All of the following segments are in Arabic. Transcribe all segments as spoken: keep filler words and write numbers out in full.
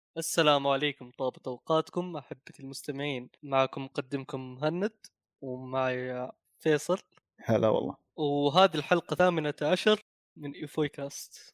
السلام عليكم، طابت أوقاتكم أحبتي المستمعين. معكم مقدمكم مهند، ومعي فيصل. هلا والله. وهذه الحلقة الثامنة عشر من إيفوي كاست.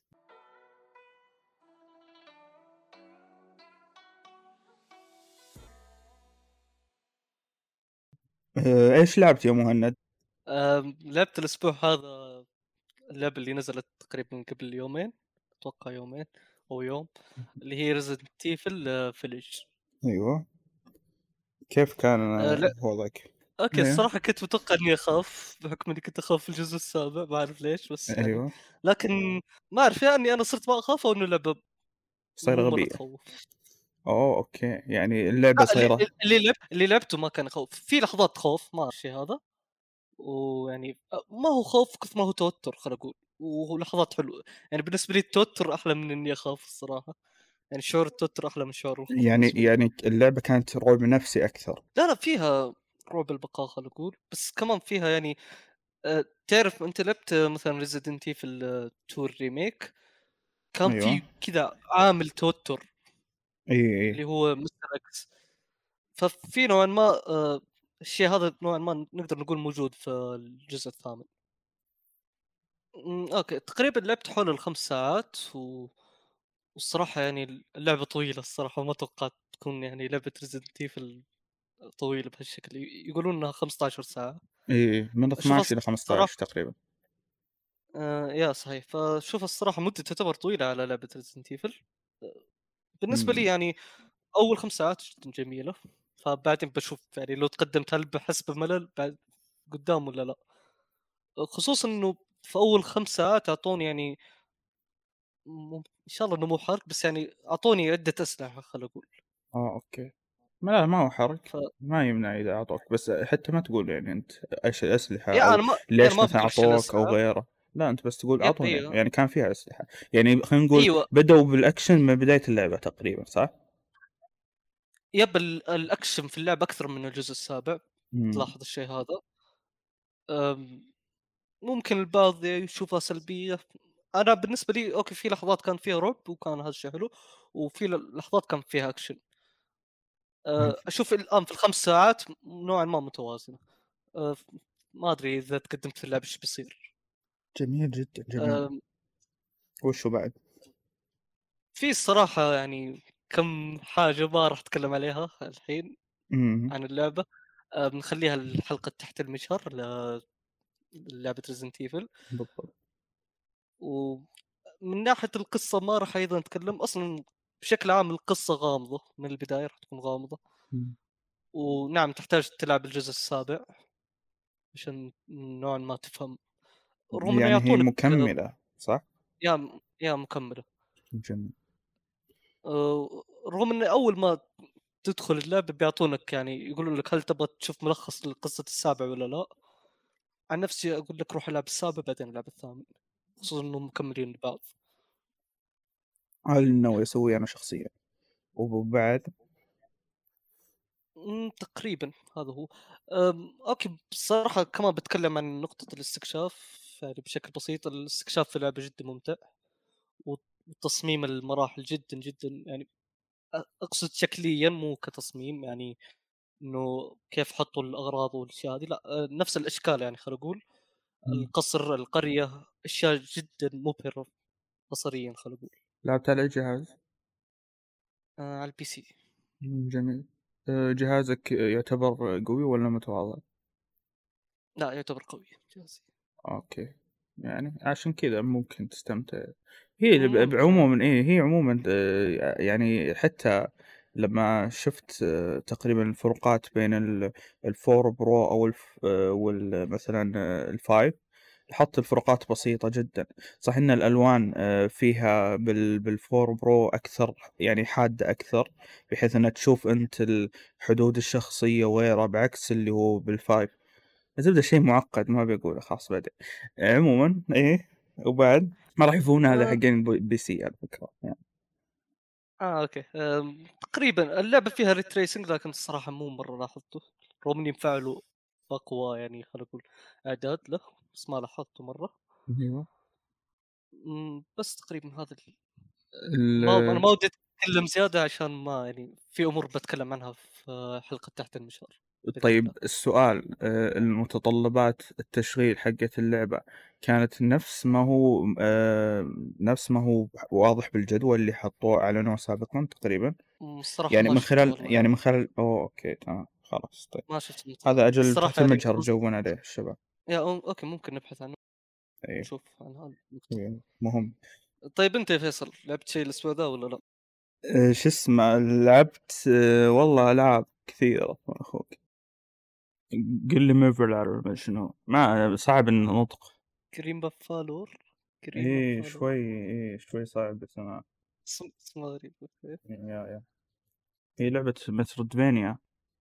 آه، ايش لعبت يا مهند؟ أم، لعبت الأسبوع هذا اللعبة اللي نزلت تقريبا قبل يومين، أتوقع يومين أو يوم، اللي هي ريزنت ايفل فيلج. ايوه. كيف كان آه، وضعك؟ اوكي، ايوه. الصراحة كنت متوقع اني اخاف بحكم اني كنت اخاف في الجزء السابع، ما اعرف ليش بس يعني. ايوه. لكن ما اعرف يعني انا صرت ما اخاف او انه اللعبة صاير مو مرة غبية. تخوف. اوه اوكي، يعني اللعبة لا، اللي صايرة. اللي لعب اللي لعبته ما كان خوف، في لحظات خوف ما الشيء هذا. ويعني ما هو خوف كثر ما هو توتر، خلينا نقول، ولحظات حلوة. يعني بالنسبة لي التوتر احلى من اني اخاف الصراحة. يعني شعور التوتر احلى من شعور الخوف يعني بالنسبة لي. يعني اللعبة كانت رعب نفسي اكثر. لا لا، فيها رعب البقاء خلينا نقول، بس كمان فيها يعني آآ تعرف أنت لعبت آه، مثلًا Resident Evil تو الريميك، كان ايوه. في كذا عامل توتر اي اي. اللي هو مستر إكس. ففي نوعًا ما آآ الشيء هذا نوعًا ما نقدر نقول موجود في الجزء الثامن. إمم، أوكي، تقريبًا لعبت حول الخمس ساعات و والصراحة يعني اللعبة طويلة الصراحة، وما توقعت تكون يعني لعبة Resident Evil طويلة بهالشكل. ي يقولون إنها خمسة عشر ساعة. اي من أشوفها اثناشر الى الصراحة خمسة عشر تقريبا. آآ يا صحيح، فاشوفها الصراحة مدة تعتبر طويلة على لعبة Resident Evil. بالنسبة لي أمم. يعني أول خمس ساعات جدًا جميلة، فبعدين باشوف يعني لو تقدمت هل باحس بملل بعد قدام والّا لأ. خصوصًا إنه في أول خمس ساعات أعطوني يعني م إن شاء الله إنه مو حرق، بس يعني أعطوني عدة أسلحة خلينا نقول. اه اوكي. ما لا ما هو حرق. ف ما يمنع اذا اعطوك، بس حتى ما تقول يعني انت ايش الاسلحة يعني او أنا ما يعني ليش ما مثلا باقول إيش اعطوك او الأسلحة. غيره. لا انت بس تقول يب اعطوني، أيوه، يعني كان فيها اسلحة. يعني خلينا نقول أيوه، بدأوا بالاكشن من بداية اللعبة تقريبا، صح؟ يب ال الأكشن في اللعبة أكثر من الجزء السابع، امم. تلاحظ الشيء هذا. آمم ممكن البعض يشوفها سلبية. أنا بالنسبة لي أوكي، في لحظات كان فيها رعب وكان هذا الشيء حلو، وفي ل لحظات كان فيها أكشن. آآ أشوف الآن في الخمس ساعات نوعًا ما متوازنة. آآ ف ما أدري إذا تقدمت في اللعبة إيش بيصير. جميل جدا جميل. آمم وشو بعد؟ في الصراحة يعني كم حاجة ما راح أتكلم عليها الحين امم. عن اللعبة. آآ بنخليها لحلقة تحت المجهر ل للعبة Resident Evil. بالضبط. ومن ناحية القصة ما راح أيضًا أتكلم، أصلًا بشكل عام القصة غامضة من البداية، راح تكون غامضة. مم. ونعم تحتاج تلعب الجزء السابع عشان نوعًا ما تفهم، رغم إنه يعني هي يعطونك مكملة صح؟ يا م يا مكملة. جميل. آآ رغم إنه أول ما تدخل اللعبة بيعطونك يعني يقولون لك هل تبغى تشوف ملخص لقصة السابع والّا لأ؟ عن نفسي أقول لك روح العب السابع بعدين العب الثامن، خصوصًا إنهم مكملين لبعض. هذا اللي ناوي أسويه أنا شخصيا. وبعد. إمم، تقريبًا هذا هو. آمم، أوكي، بصراحة كمان باتكلم عن نقطة الاستكشاف يعني بشكل بسيط. الاستكشاف في اللعبة جدًا ممتع، و وتصميم المراحل جدًا، جدًا يعني أ أقصد شكليًا مو كتصميم، يعني إنه كيف حطوا الأغراض والأشياء هذه، لأ، آآ، نفس الأشكال يعني خلينا نقول. مم. القصر، القرية، أشياء جدًا مبهرة بصريًا خلينا نقول. لعبت على أي جهاز؟ آآ، على الPC. مم، جميل. أه، جهازك يعتبر قوي ولا متواضع؟ لأ، يعتبر قوي جهازي. أوكي. يعني عشان كذا ممكن تستمتع. هي ب- ممتع. بعموما إيه هي عموما آه، يعني حتى لما شفت آه، تقريبا الفروقات بين ال- الفور برو أو الف آه، وال مثلا آه، الفايف. لاحظت الفروقات بسيطة جدا. صح إن الألوان آه، فيها بال بالفور برو أكثر، يعني حادة أكثر، بحيث أنك تشوف أنت الحدود الشخصية وغيرها، بعكس اللي هو بالفايف. الزبدة شيء معقد ما بيقوله خلاص بعدين. عموما إيه. وبعد ما راح يفون هذا آآ حقين بي بي سي على فكرة يعني. آه أوكي. آمم، تقريبًا اللعبة فيها ray tracing لكن الصراحة مو مرة لاحظته، رغم إني مفعّله بأقوى يعني خلينا نقول إعداد له، بس ما لاحظته مرة. ايوه. إمم، بس تقريبًا هذا ال ال ما أنا ما ودي أتكلم زيادة عشان ما يعني في أمور باتكلم عنها في حلقة تحت المجهر بإذن طيب الله. السؤال، آآ المتطلبات التشغيل حقة اللعبة كانت نفس ما هو آآ نفس ما هو واضح بالجدول اللي حطوه أعلنوه سابقًا تقريبًا؟ امم، الصراحة يعني ما من شفته خلال والله يعني يعني. من خلال أوه أوكي تمام خلاص طيب. ما شفت هذا المتطلب أجل تحت الصراحة يعني المجهر وص يجاوبون عليه الشباب. يا أو أوكي ممكن نبحث عنه أيوه، ونشوف عن هذه النقطة. أيوه مهم. طيب أنت يا فيصل لعبت شيء الأسبوع ذا والّا لأ؟ آآ شو اسمه لعبت آه، والله ألعاب كثيرة يا أخوك. قل لي Mevlar والّا شنو؟ ما صعب النطق. كريم بافالور؟ كريم إيه بافالور؟ شوي إيه شوي صعب السماع. اسم اسمه غريب أوكي. يا يا هي لعبة مترويدفانيا.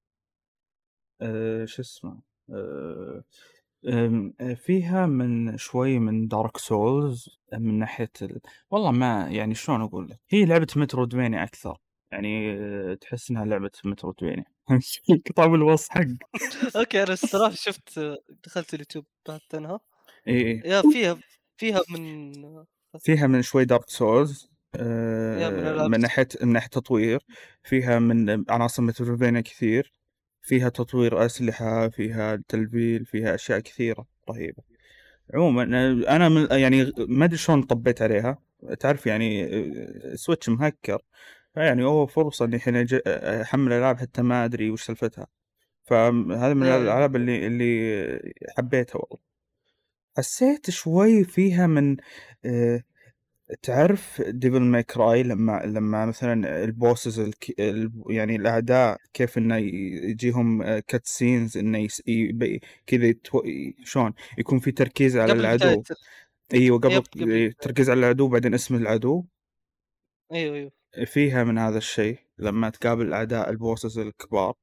آآ شو اسمه آآ آمم فيها من شوي من Dark Souls من ناحية ال والله ما يعني شلون أقول لك، هي لعبة مترويدفانيا أكثر، يعني آه، تحس إنها لعبة مترويدفانيا طعم الوصف حق. أوكي أنا الصراحة شُفت دخلت اليوتيوب بحثت عنها، إي، إي. يا فيها فيها من فيها من شوي Dark Souls يا من آآ ألعاب من الس ناحية من ناحية تطوير، فيها من عناصر مترويدفانيا كثير، فيها تطوير أسلحة، فيها تلفيل، فيها أشياء كثيرة رهيبة. عمومًا أنا من يعني ما أدري شلون طبيت عليها، تعرف يعني آآ سويتش مهكر، فيعني أوه فرصة إني الحين أج أحمّل ألعاب حتى ما أدري وش سالفتها، فهذه من يا يا الألعاب اللي اللي حبيتها والله. حسيت شوي فيها من آآ تعرف Devil May Cry لمّا لمّا مثلًا الbosses الك ال يعني الأعداء كيف إنه ي يجيهم cut scenes إنه يس يب كذا يتو شلون يكون في تركيز على قبل بداية العدو. أيوه قبل يب قبل بداية تركيز على العدو بعدين اسم العدو. أيوه، أيوه. فيها من هذا الشيء لمّا تقابل أعداء الbosses الكبار.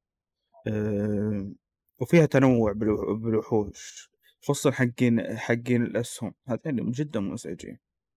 آآ وفيها تنوع بالو بالوحوش، خصوصًا حقين حقين الأسهم هذين جدًا مزعجين.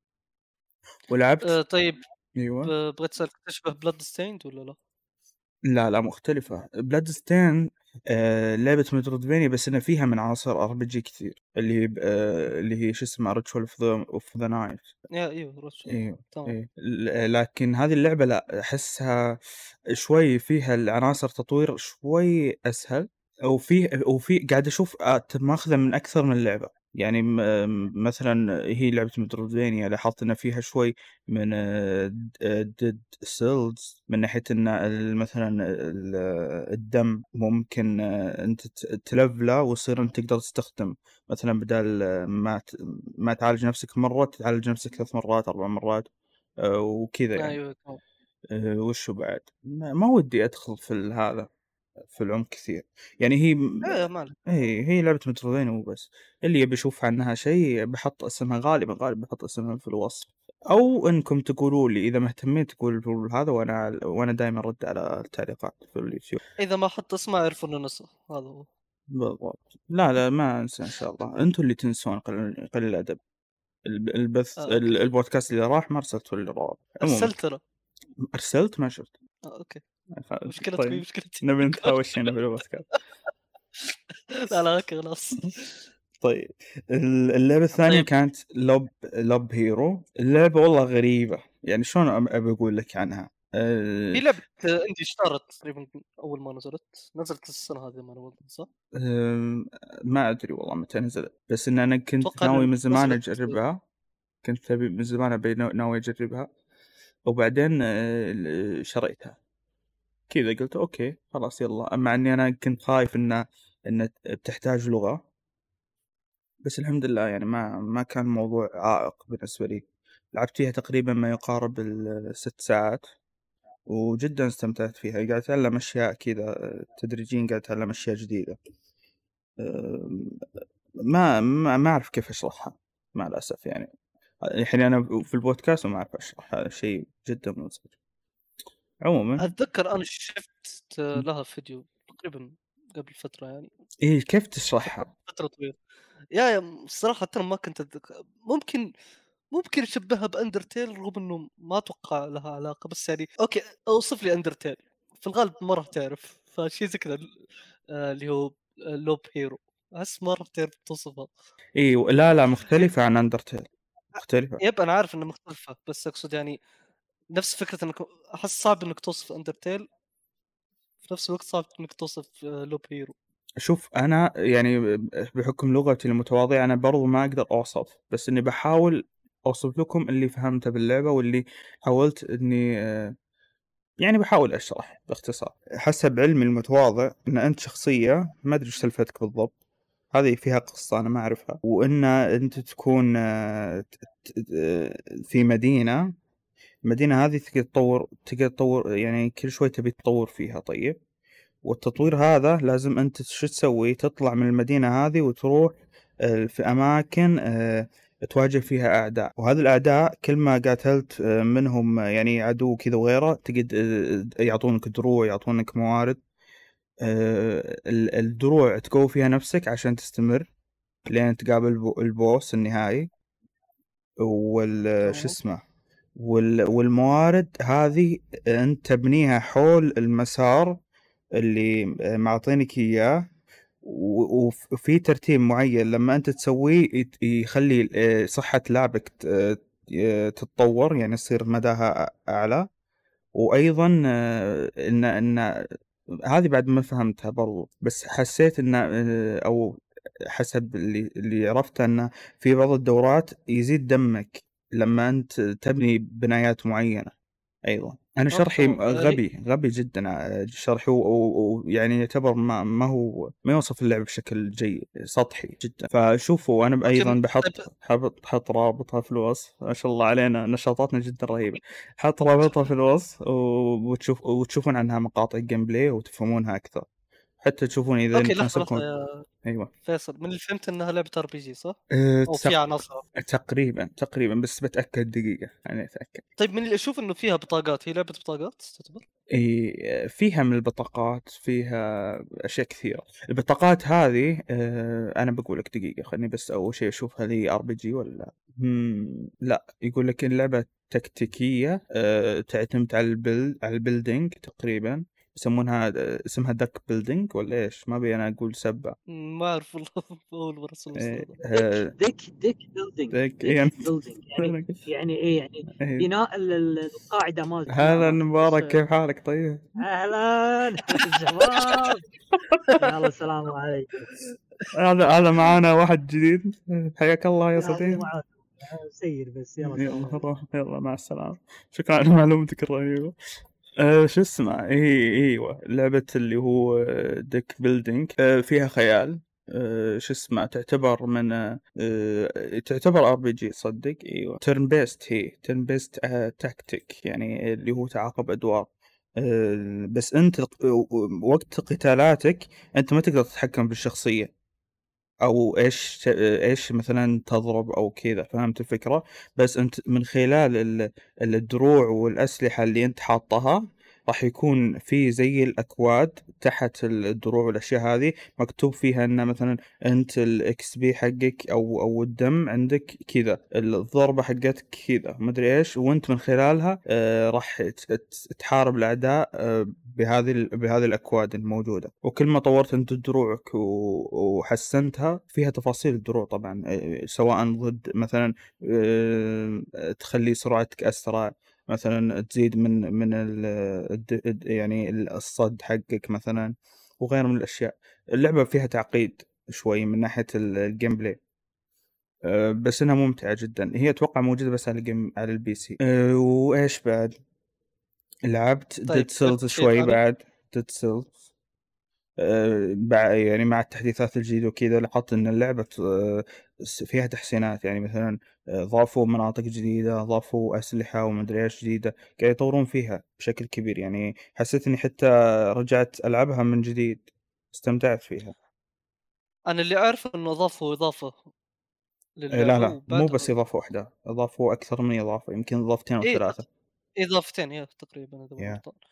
آآ ولعبت طيب ب أيوه. بغيت أسألك تشبه blood stained والّا لأ؟ لا، لا مختلفة. Bloodstain آآ لعبة Metroidvania بس إن فيها من عناصر آر بي جي كثير، اللي هي ب آآ اللي هي شو اسمها Ritual of the of the Night. يا أيوه رشّا أيوه، تمام. إيه. ل لكن هذه اللعبة لأ، أحسها شوي فيها العناصر تطوير شوي أسهل، وفيه وفي قاعد أشوف آه ت ماخذة من أكثر من لعبة، يعني م مثلًا هي لعبة Metroidvania لاحظت إن فيها شوي من د Dead Cells من ناحية إن ال مثلًا ال الدم ممكن آه، أنت ت تلفله ويصير أنت تقدر تستخدم مثلًا بدال آه، ما ت ما تعالج نفسك مرة تعالج نفسك ثلاث مرات أربع مرات آآ وكذا يعني. أيوه تمام. آآ وشو بعد؟ ما ما ودي أدخل في ال هذا في العمق كثير، يعني هي م إيه ما عليك. إي هي لعبة متروفينيا وبس، اللي يبي يشوف عنها شيء باحط اسمها غالبًا، غالبًا باحط اسمها في الوصف، أو إنكم تقولوا لي إذا مهتمين تقولوا هذا وأنا وأنا دايمًا أرد على التعليقات في اليوتيوب. إذا ما حط اسمه اعرفوا إنه نسى، هذا هو. بالضبط. لا، لا ما أنسى إن شاء الله، أنتم اللي تنسون قليل قليل الأدب. الب البث آه ال أوكي. البودكاست اللي راح ما أرسلته اللي راح. عمومًا أرسلت أنا. أرسلت ما شُفت. آه أوكي. خ مشكلتكم هي طيب مشكلتي نبي نتهاوش هنا في البودكاست. لا، لا أوكي خلاص. طيب ال اللعبة الثانية طيب كانت Lob Lob Hero. اللعبة والله غريبة، يعني شلون أم أبي أقول لك عنها؟ في آآ لعبة عندي اشتهرت تقريبًا أول ما نزلت، نزلت السنة هذه ما أنا غلطان صح؟ آمم ما أدري والله متى نزلت، بس إن أنا كنت أتوقع ناوي ن من زمان نزلت أجربها، كنت أبي من زمان أبي نا ناوي أجربها، وبعدين آآ ال شريتها، كذا قُلت أوكي خلاص يالّا، مع إني أنا كنت خايف إنه إنه بتحتاج لغة، بس الحمد لله يعني ما ما كان موضوع عائق بالنسبة لي، لعبت فيها تقريبًا ما يقارب الست ساعات. وجدًا استمتعت فيها، قاعد أتعلم أشياء كذا تدريجيًا قاعد أتعلم أشياء جديدة. آمم، ما ما ما أعرف كيف أشرحها مع الأسف يعني، الحين أنا في البودكاست وما أعرف أشرح، هذا شيء جدًا مزعج. عمومًا أتذكر أنا شفت لها فيديو تقريبًا قبل فترة يعني، إيه كيف فترة تشرحها؟ فترة طويلة. يا يا الصراحة ترى ما كنت أتذك ممكن ممكن أشبّهها بأندرتيل رغم إنه ما أتوقع لها علاقة، بس يعني أوكي أوصف لي أندرتيل، في الغالب ما راح تعرف، فشي زي كذا ال آآ اللي هو لوب هيرو أحس ما راح تعرف توصفها. إيه لا، لا مختلفة عن Undertale مختلفة. يب أنا عارف إنها مختلفة، بس أقصد يعني نفس فكرة إنك أحس صعب إنك توصف أندرتيل، في نفس الوقت صعب إنك توصف لوب هيرو. شوف أنا يعني ب بحكم لغتي المتواضعة أنا برضه ما أقدر أوصف، بس إني باحاول أوصف لكم اللي فهمته باللعبة واللي حاولت إني آآ يعني باحاول أشرح باختصار. حسب علمي المتواضع إن أنت شخصية ما أدري إيش سالفتك بالضبط، هذه فيها قصة أنا ما أعرفها، وإن أنت تكون آه، ت ت آآ في مدينة، المدينة هذه تقدر تطوّر تقدر تطوّر يعني كل شوي تبي تطوّر فيها طيب، والتطوير هذا لازم أنت شو تسوي، تطلع من المدينة هذه وتروح آآ في أماكن آآ تواجه فيها أعداء، وهذه الأعداء كل ما قاتلت آآ منهم يعني عدو كذا وغيره تقد آآ يعطونك دروع، يعطونك موارد، آآ ال الدروع تقوي فيها نفسك عشان تستمر لين تقابل الب البوس النهائي، وال شو تمام. اسمه، وال والموارد هذه أنت تبنيها حول المسار اللي معطينك إياه، و- وف- وفي ترتيب معين لما أنت تسويه يت- يخلي آه، صحة لعبك ت- آه، تتطور يعني يصير مداها أعلى. وأيضا آه، إن إن هذه بعد ما فهمتها برضو، بس حسيت إن آه، أو حسب اللي اللي عرفته إنه في بعض الدورات يزيد دمك لما أنت تبني بنايات معينة. أيوه، أنا أوكي شرحي تمام. م آآ هي غبي، غبي جدًا آآ شرحي و و ويعني يعتبر ما ما هو ما يوصف اللعبة بشكل جيد، سطحي جدًا. فشوفوا أنا ب أوكي أيضًا م طيب. باحط حاحط باحط رابطها في الوصف، ما شاء الله علينا نشاطاتنا جدًا رهيبة. حاط رابطها في الوصف و وتشوف وتشوفون عنها مقاطع gameplay وتفهمونها أكثر، حتى تشوفون إذا أوكي لحظة، لحظة تناسبكم. يا أيوه. فيصل، من اللي فهمت إنها لعبة آر بي جي صح؟ آآ أو تق فيها عناصر. تقريبًا، تقريبًا بس باتأكد دقيقة، خليني أتأكد. طيب من اللي أشوف إنه فيها بطاقات، هي لعبة بطاقات تعتبر؟ إي فيها من البطاقات، فيها أشياء كثيرة. البطاقات هذه آآ أنا باقول لك دقيقة خلّيني بس أول شيء أشوف هل هي آر بي جي والّا لأ. إمم لأ، يقول لك اللعبة تكتيكية آآ تعتمد على الbuild على الbuilding تقريبًا، يسمونها آآ اسمها deck building والّا إيش؟ ما أبي أنا أقول سبّة. ما أعرف والله. أول مرة أسمع آآ المصطلح ده. ديك آآ ديك ديك بيلدينج deck إي ديك أنا بيلدينج يعني يعني ايه يعني إي بناء ال- ال- القاعده مالت هلا مالت مبارك الص- كيف حالك طيب؟ اهلا شباب، يلا السلام عليكم. هذا هذا معانا واحد جديد، حياك الله يا لا مو صديقي. معاكم سيد بس، يلا السلام يلا عليكم. روح يلا مع السلامة. شكرا على معلومتك الرهيبة. أه شو اسمه اي ايوه لعبة اللي هو ديك بيلدينج أه فيها خيال. أه شو اسمه تعتبر من أه تعتبر ار بي جي صدق. ايوه تيرن بيست، هي تيرن بيست تاكتيك يعني اللي هو تعاقب ادوار. أه بس انت وقت قتالاتك انت ما تقدر تتحكم بالشخصية او ايش ت- ايش مثلا تضرب او كذا، فهمت الفكرة؟ بس انت من خلال ال- الدروع والاسلحة اللي انت حاطها راح يكون في زي الاكواد تحت الدروع والاشياء هذه مكتوب فيها ان مثلا انت الاكس بي حقك او او الدم عندك كذا، الضربة حقتك كذا ما ادري ايش، وانت من خلالها آه راح ت- ت- تحارب الاعداء آه بهذه ال- بهذه الاكواد الموجودة. وكل ما طورت انت دروعك و- وحسنتها فيها تفاصيل الدروع طبعا آه، سواء ضد مثلا آه، تخلي سرعتك اسرع، مثلا تزيد من من ال الد- يعني الصد حقك مثلا، وغيره من الاشياء. اللعبة فيها تعقيد شوي من ناحية ال- الجيم بلاي أه، بس انها ممتعة جدا. هي اتوقع موجودة بس على الجيم على البي سي. أه، وايش بعد لعبت ديد طيب لعبت سيلز شيء شوي ثاني؟ بعد. ديد سيلز أه بع- يعني مع التحديثات الجديدة وكذا لاحظت ان اللعبة أه س- فيها تحسينات، يعني مثلا أه، ضافوا مناطق جديدة، ضافوا أسلحة ومدري ايش جديدة، قاعد يطورون فيها بشكل كبير. يعني حسيت اني حتى رجعت العبها من جديد، استمتعت فيها. أنا اللي أعرفه إنه أضافوا إضافة أه لا للعبة لا مو وبعدها. بس إضافة واحدة، أضافوا أكثر من إضافة، يمكن إضافتين أو إيه ثلاثة. أق إضافتين هي تقريبًا إذا ماني yeah. غلطان.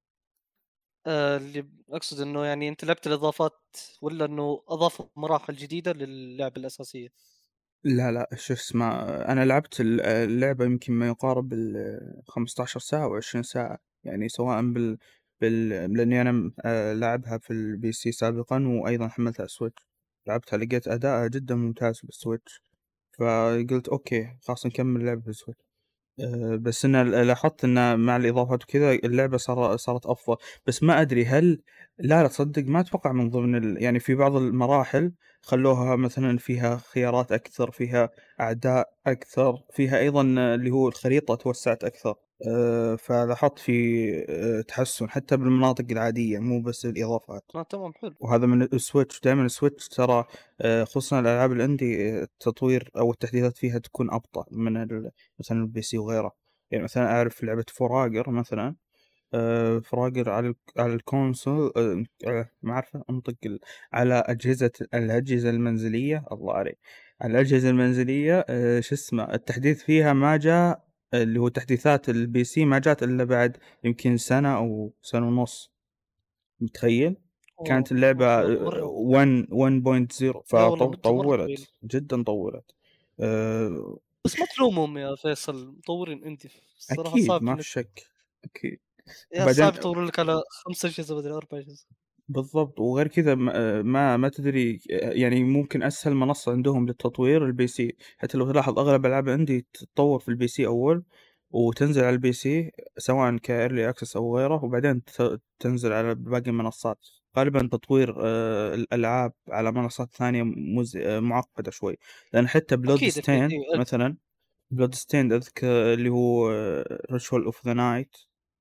آآ اللي أقصد إنه يعني أنت لعبت الإضافات والّا إنه أضافوا مراحل جديدة للعبة الأساسية؟ لا لا شو اسمه، أنا لعبت ال- اللعبة يمكن ما يقارب ال خمسة عشر ساعة أو عشرين ساعة، يعني سواء بال بال لأني أنا م- آه، لعبها في البي سي سابقا وأيضا حملتها سويتش، لعبتها لقيت أداءها جدا ممتاز بالسويتش، فقلت أوكي خلاص نكمل لعبة بالسويتش. آه، بس أنا لاحظت إن مع الإضافات وكذا اللعبة صار صارت أفضل. بس ما أدري هل لا لا تصدق ما أتوقع من ضمن ال... يعني في بعض المراحل خلوها مثلا فيها خيارات أكثر، فيها أعداء أكثر، فيها أيضا اللي هو الخريطة توسعت أكثر. أه فلاحظت في أه تحسن حتى بالمناطق العادية مو بس الإضافات. آه تمام حلو. وهذا من السويتش. دائما السويتش ترى آه، خصوصا الالعاب الاندي آه، التطوير او التحديثات فيها تكون ابطا من ال- مثلا البي سي وغيره. يعني مثلا اعرف لعبه فراجر مثلا. آه، فراجر على ال- على الكونسول. آه، آه، ما اعرف انطق ال- على اجهزه الاجهزه المنزليه. الله علي. على الاجهزه المنزليه آه، شو اسمه التحديث فيها ما جاء. اللي هو تحديثات البي سي ما جات الا بعد يمكن سنه او سنه ونص. متخيل؟ أوه كانت اللعبة أوه، مرة واحد واحد نقطة صفر لا والله مدة مرة طويلة. فطولت جدا طولت. أه بس ما تلومهم يا فيصل، مطورين اندي الصراحة أكيد صعب ما في انك شك. أكيد. يا وبعدين صعب يطوروا لك على خمسة أجهزة بدل أربع أجهزة. بالضبط. وغير كذا ما ما ما تدري يعني ممكن أسهل منصة عندهم للتطوير البي سي. حتى لو تلاحظ أغلب ألعاب عندي تتطور في البي سي أول وتنزل على البي سي سواء كإيرلي أكسس أو غيره، وبعدين ت- تنزل على باقي المنصات. غالبا تطوير آه، الألعاب على منصات ثانية مز... آه، معقدة شوي. لأن حتى بلود أكيد أكيد ستين أيوة. مثلا. بلود ستين أذكر اللي هو ريتشوال أوف ذا نايت.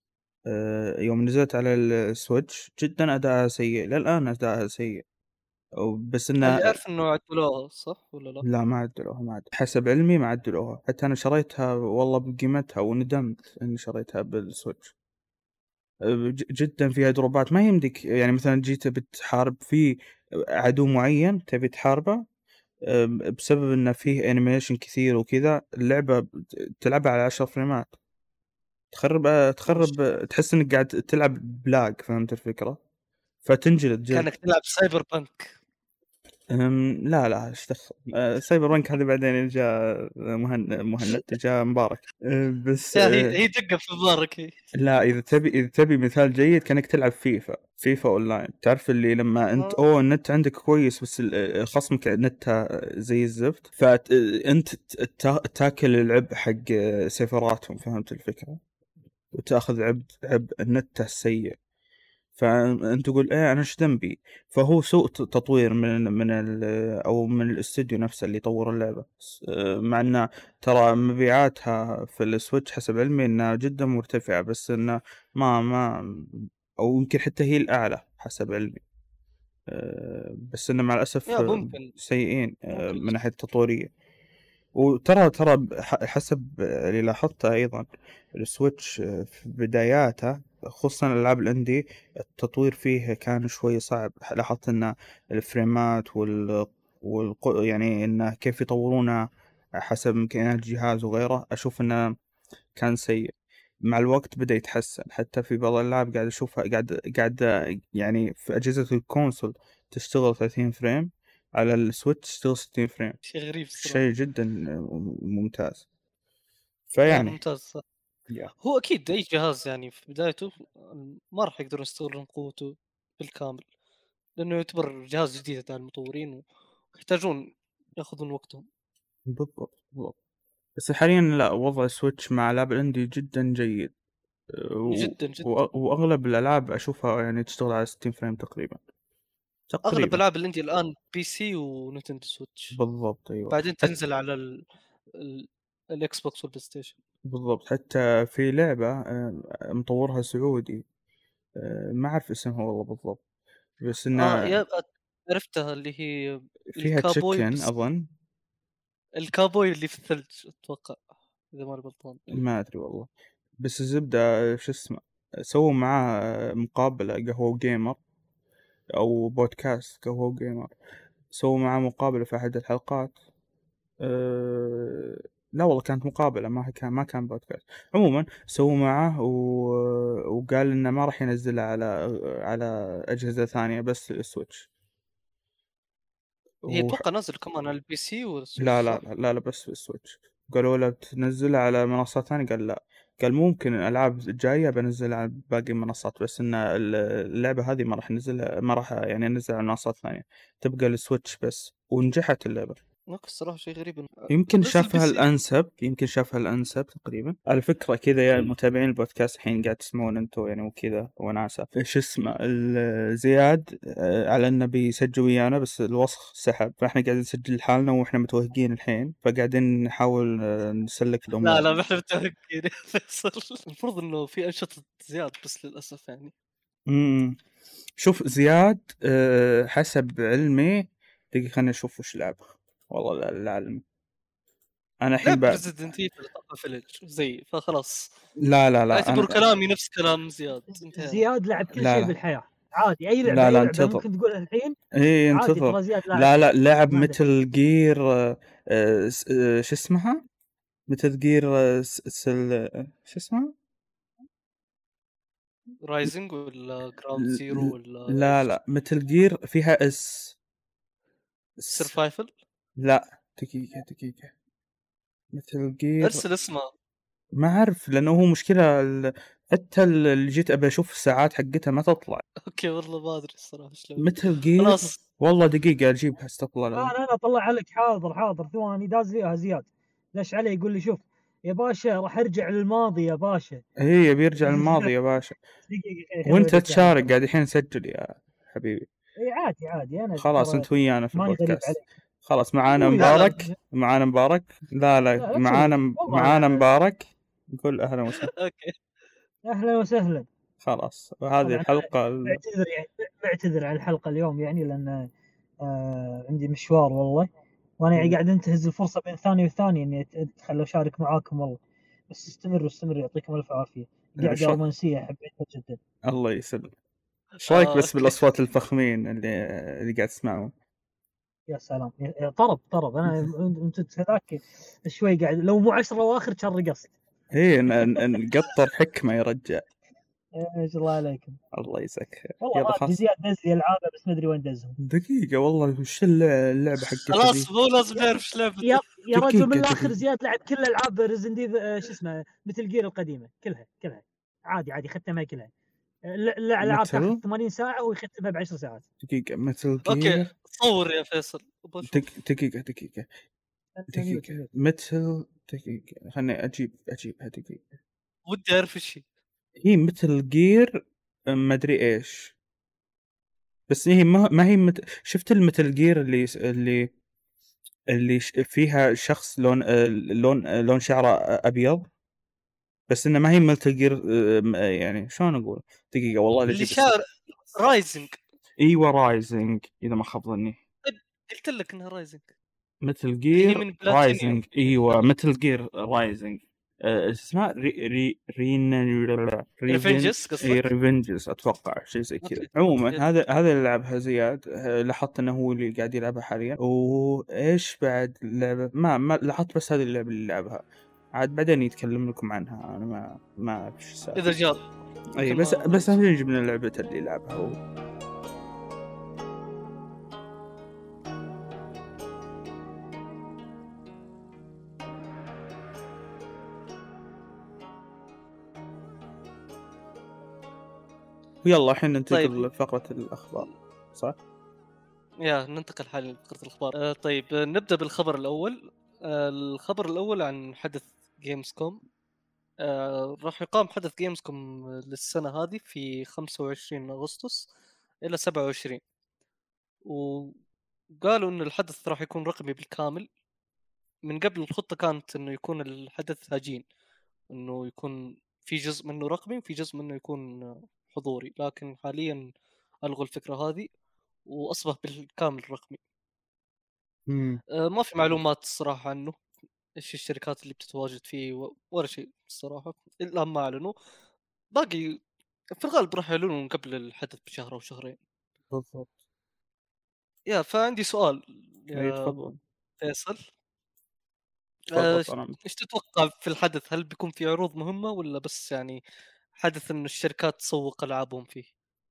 يوم نزلت على السويتش جدا أداءها سيء، للآن أداءها سيء. بس اللي إنه أعرف إنه عدلوها صح ولا لا؟ لا ما عدلوها ما عدلوها. حسب علمي ما عدلوها. حتى أنا شريتها والله بقيمتها وندمت إني شريتها بالسويتش. ج- جدا فيها دروبات ما يمديك. يعني مثلا جيت بتحارب في عدو معين تبي تحاربه أم، بسبب انه فيه انيميشن كثير وكذا اللعبة بت- تلعبها على عشر فريمات. تخرب وش تخرب تحس انك قاعد تلعب بلاج. فهمت الفكرة؟ فتنجلد جلد. كأنك تلعب سايبر بانك. أم، لا لا ايش دخل. أه، سايبر بانك هذه بعدين جاء مهند مهند جاء مبارك. أه، بس يا هي أه، هي دقة في مبارك هي. لا اذا تبي اذا تبي مثال جيد كانك تلعب فيفا فيفا اونلاين. تعرف اللي لما انت آه. اوه النت عندك كويس بس ال- خصمك نتها زي الزفت فانت تاكل العب حق سيرفراتهم. فهمت الفكرة؟ وتاخذ عب عب النت السيء. فانت تقول ايه انا ايش ذنبي. فهو سوء ت- تطوير من من ال او من الاستوديو نفسه اللي طور اللعبه. س- مع انه ترى مبيعاتها في السويتش حسب علمي انها جدا مرتفعه، بس انه ما ما او يمكن حتى هي الاعلى حسب علمي. أه، بس انه مع الاسف يا أه، ممكن سيئين أه، ممكن. من ناحيه التطوريه. وترى ترى ب- ح- حسب اللي لاحظته ايضا السويتش آه، في بداياته خصوصا الالعاب الاندي التطوير فيه كان شوي صعب. لاحظت ان الفريمات وال, وال... يعني انه كيف يطورونه حسب امكانيات الجهاز وغيره اشوف انه كان سيء. مع الوقت بدأ يتحسن. حتى في بعض الألعاب قاعد أشوفها قاعد قاعد يعني في أجهزة الكونسول تشتغل ثلاثين فريم، على السويتش تشتغل ستين فريم. شيء غريب الصراحة. شيء جدا ممتاز. يا فيعني ممتاز صح. يا هو أكيد أي جهاز يعني في بدايته ما راح يقدرون يستغلون قوته بالكامل، لأنه يعتبر جهاز جديد على المطورين ويحتاجون ياخذون وقتهم. بالضبط بالضبط. بس حاليا لا وضع السويتش مع ألعاب الاندي جدا جيد. و... جدا جدا. و... وأغلب الألعاب أشوفها يعني تشتغل على ستين فريم تقريبا أغلب تقريبا. ألعاب الإندي الآن بي سي ونينتندو سويتش، بالضبط أيوة. بعدين حتى تنزل على ال... ال... الإكس بوكس والبلاي ستيشن. بالضبط حتى في لعبة آه، مطورها سعودي. آه، ما أعرف اسمها والله بالضبط. بس آه إنه يا عرفتها اللي هي فيها الكابوي تشيكن بس. أظن. الكابوي اللي في الثلج أتوقع إذا ماني غلطان. ما أدري والله. بس الزبدة شو اسمه سووا معاه مقابلة قهوة جيمر أو بودكاست قهوة جيمر. سووا معاه مقابلة في أحد الحلقات. أه... لا والله كانت مقابلة ما كان ما كان بودكاست. عموما سووا معاه و... وقال إنه ما راح ينزلها على على أجهزة ثانية بس السويتش. هي وح... أتوقع نازل كمان على البي سي والسويتش لا لا صح؟ لا لا بس السويتش. قالوا له بتنزلها على منصات ثانية قال لا. قال ممكن الألعاب الجاية بنزلها على باقي المنصات بس إن اللعبة هذه ما راح ننزلها ما راح يعني ننزلها على منصات ثانية. تبقى السويتش بس. ونجحت اللعبة. اوكي الصراحه شيء غريب إنه- يمكن بس شافها البي سي الانسب يمكن شافها الانسب تقريبا على فكره كذا يا متابعين البودكاست الحين قاعد تسمعون انتم يعني وكذا وناسه ايش اسمه ال- زياد آه، على انه بيسجل ويانا بس الوسخ سحب فاحنا قاعدين نسجل لحالنا واحنا متوهقين الحين فقاعدين نحاول آه، نسلك لا الامور. لا احنا متفقين يا فيصل. المفروض انه في انشطه زياد بس للاسف يعني. امم شوف زياد آه، حسب علمي دقيقة خلينا نشوف وش لعبه والله لا لا علم انا الحين لعب بقى ريزيدنت ايفل فيلج زي فخلاص لا لا لا اعتبر انا كلامي نفس كلام زياد انتهينا. زياد لعب كل لا شيء لا بالحياه عادي، اي لعبه لا اي لا لعبه انتظر ممكن تقولها الحين ايه عادي، انتظر ترى زياد لاعب لا لا فيها. لعب ما عنده مثل جير آه، آه، س- آه، شو اسمها مثل جير آه، س- سل آه، شو اسمها رايزنج ولا جراوند ل- زيرو ل- ولا لا ايش؟ لا مثل جير فيها اس اس سرفايفل. لا دقيقة دقيقة مثل جير ارسل اسمها. ما أعرف لأنه هو مشكلة ال- حتى ال- اللي جيت أبي أشوف الساعات حقتها ما تطلع اوكي والله ما ادري الصراحه شلون. مثل جير خلاص والله دقيقة أجيبها استطلع لا لو لا لا طلع لك، حاضر حاضر ثواني، داز لي اياها زياد، دش علي يقول لي شوف يا باشا راح ارجع للماضي يا باشا. هي بيرجع الماضي يا باشا دقيقه الحين وانت اوريك اياها إن شاء تشارك الله. قاعد الحين نسجل يا حبيبي اي عادي عادي، انا خلاص ترى انت ويانا في ماني غريب البودكاست عليك. خلاص معانا مو لا لا مبارك معانا مبارك لا لا لا لا معانا تسوي والله معانا لا. مبارك نقول اهلا وسهلا اوكي اهلا وسهلا. خلاص وهذه طبعا الحلقة ال... بعتذر يعني بعتذر عن الحلقه اليوم يعني لان آه عندي مشوار والله، وانا يعني قاعد انتهز الفرصه بين ثانيه وثانيه اني أت- ادخل واشارك معاكم والله. بس استمروا استمروا يعطيكم الف عافيه، قاعده شو... رومانسيه حبيتها جدا. الله يسلمك ايش رايك آه، بس اوكي بالاصوات الفخمين اللي اللي قاعد تسمعهم يا سلام يا- يا طرب طرب، انا انت هذاك شوي قاعد لو مو عشرة واخر كان رقصت. ايه ن- ن- نقطر حكمة يا رجال ما شاء الله عليكم. الله يسعدك والله يلا ما ادري خلاص زياد دز لي العابه بس ما ادري وين دزهم. دقيقة والله وش اللع- اللعبة حقتها ذي خلاص مو لازم يا نعرف ايش لعبته. يا يا رجل من دقيقة الاخر دقيقة زياد لعب كل العاب ريزندي شو اسمه مثل جير القديمه كلها كلها عادي عادي ختمها كلها. الالعاب تاخذ مثل ثمانين ساعه ويختمها بعشر ساعات. دقيقة مثل اوكي جير صور يا فيصل ابغى اشوف. دق- دقيقة دقيقة ميوت دقيقة ميوت. مثل دقيقة خلني أجيب أجيبها دقيقة ودي اعرف ايش هي. هي مثل جير ما أدري إيش بس هي ما ما هي مت... شفت المثل جير اللي اللي اللي ش- فيها شخص لون آه، لون آه، لون شعره أبيض بس إنه ما هي مثل جير آه، م- آه، يعني شلون أقول دقيقة والله لا اللي أجيب اسمها شار رايزنج. ايوه رايزنج اذا ما خاب ظني قلت لك انها رايزنج مثل اللي هي جير من بلاتينيوم. رايزنج ايوه مثل جير رايزنج أه اسمها ري ري رين ريفن ريفنجس اي قصدك؟ ريفنجز اتوقع شيء زي كذا. اوكي عموما يلا. هذا هذا اللي لعبها زياد أه، لاحظت انه هو اللي قاعد يلعبها حاليا وايش بعد لعبه ما ما لاحظت بس هذه اللعبه اللي لعبها عاد بعدين يتكلم لكم عنها انا ما ما اعرف ايش السالفه اذا جاء اي مثل بس ما بس قلت. نجي من لعبه اللي لعبها هو. ويلا الحين ننتقل طيب. لفقرة الأخبار صح؟ يا ننتقل حاليا لفقرة الأخبار. آه طيب آه نبدأ بالخبر الأول. آه الخبر الأول عن حدث جيمز كوم. آه راح يقام حدث جيمز كوم للسنة هذه في خمسة وعشرين أغسطس إلى سبعة وعشرين، وقالوا إن الحدث راح يكون رقمي بالكامل. من قبل الخطة كانت إنه يكون الحدث هجين، إنه يكون في جزء منه رقمي وفي جزء منه يكون آه، حضوري، لكن حاليا ألغوا الفكرة هذه وأصبح بالكامل رقمي. مم. آه، ما في معلومات الصراحة عنه، ايش الشركات اللي بتتواجد فيه و- ولا شيء الصراحة إلا ما أعلنوا. باقي في الغالب راح يعلنون قبل الحدث بشهر أو شهرين. بالضبط. يا فعندي سؤال أي يا تفضل فيصل. تفضل آه، طال ايش تتوقع في الحدث؟ هل بيكون في عروض مهمة ولا بس يعني حدث إنه الشركات تسوق ألعابهم فيه؟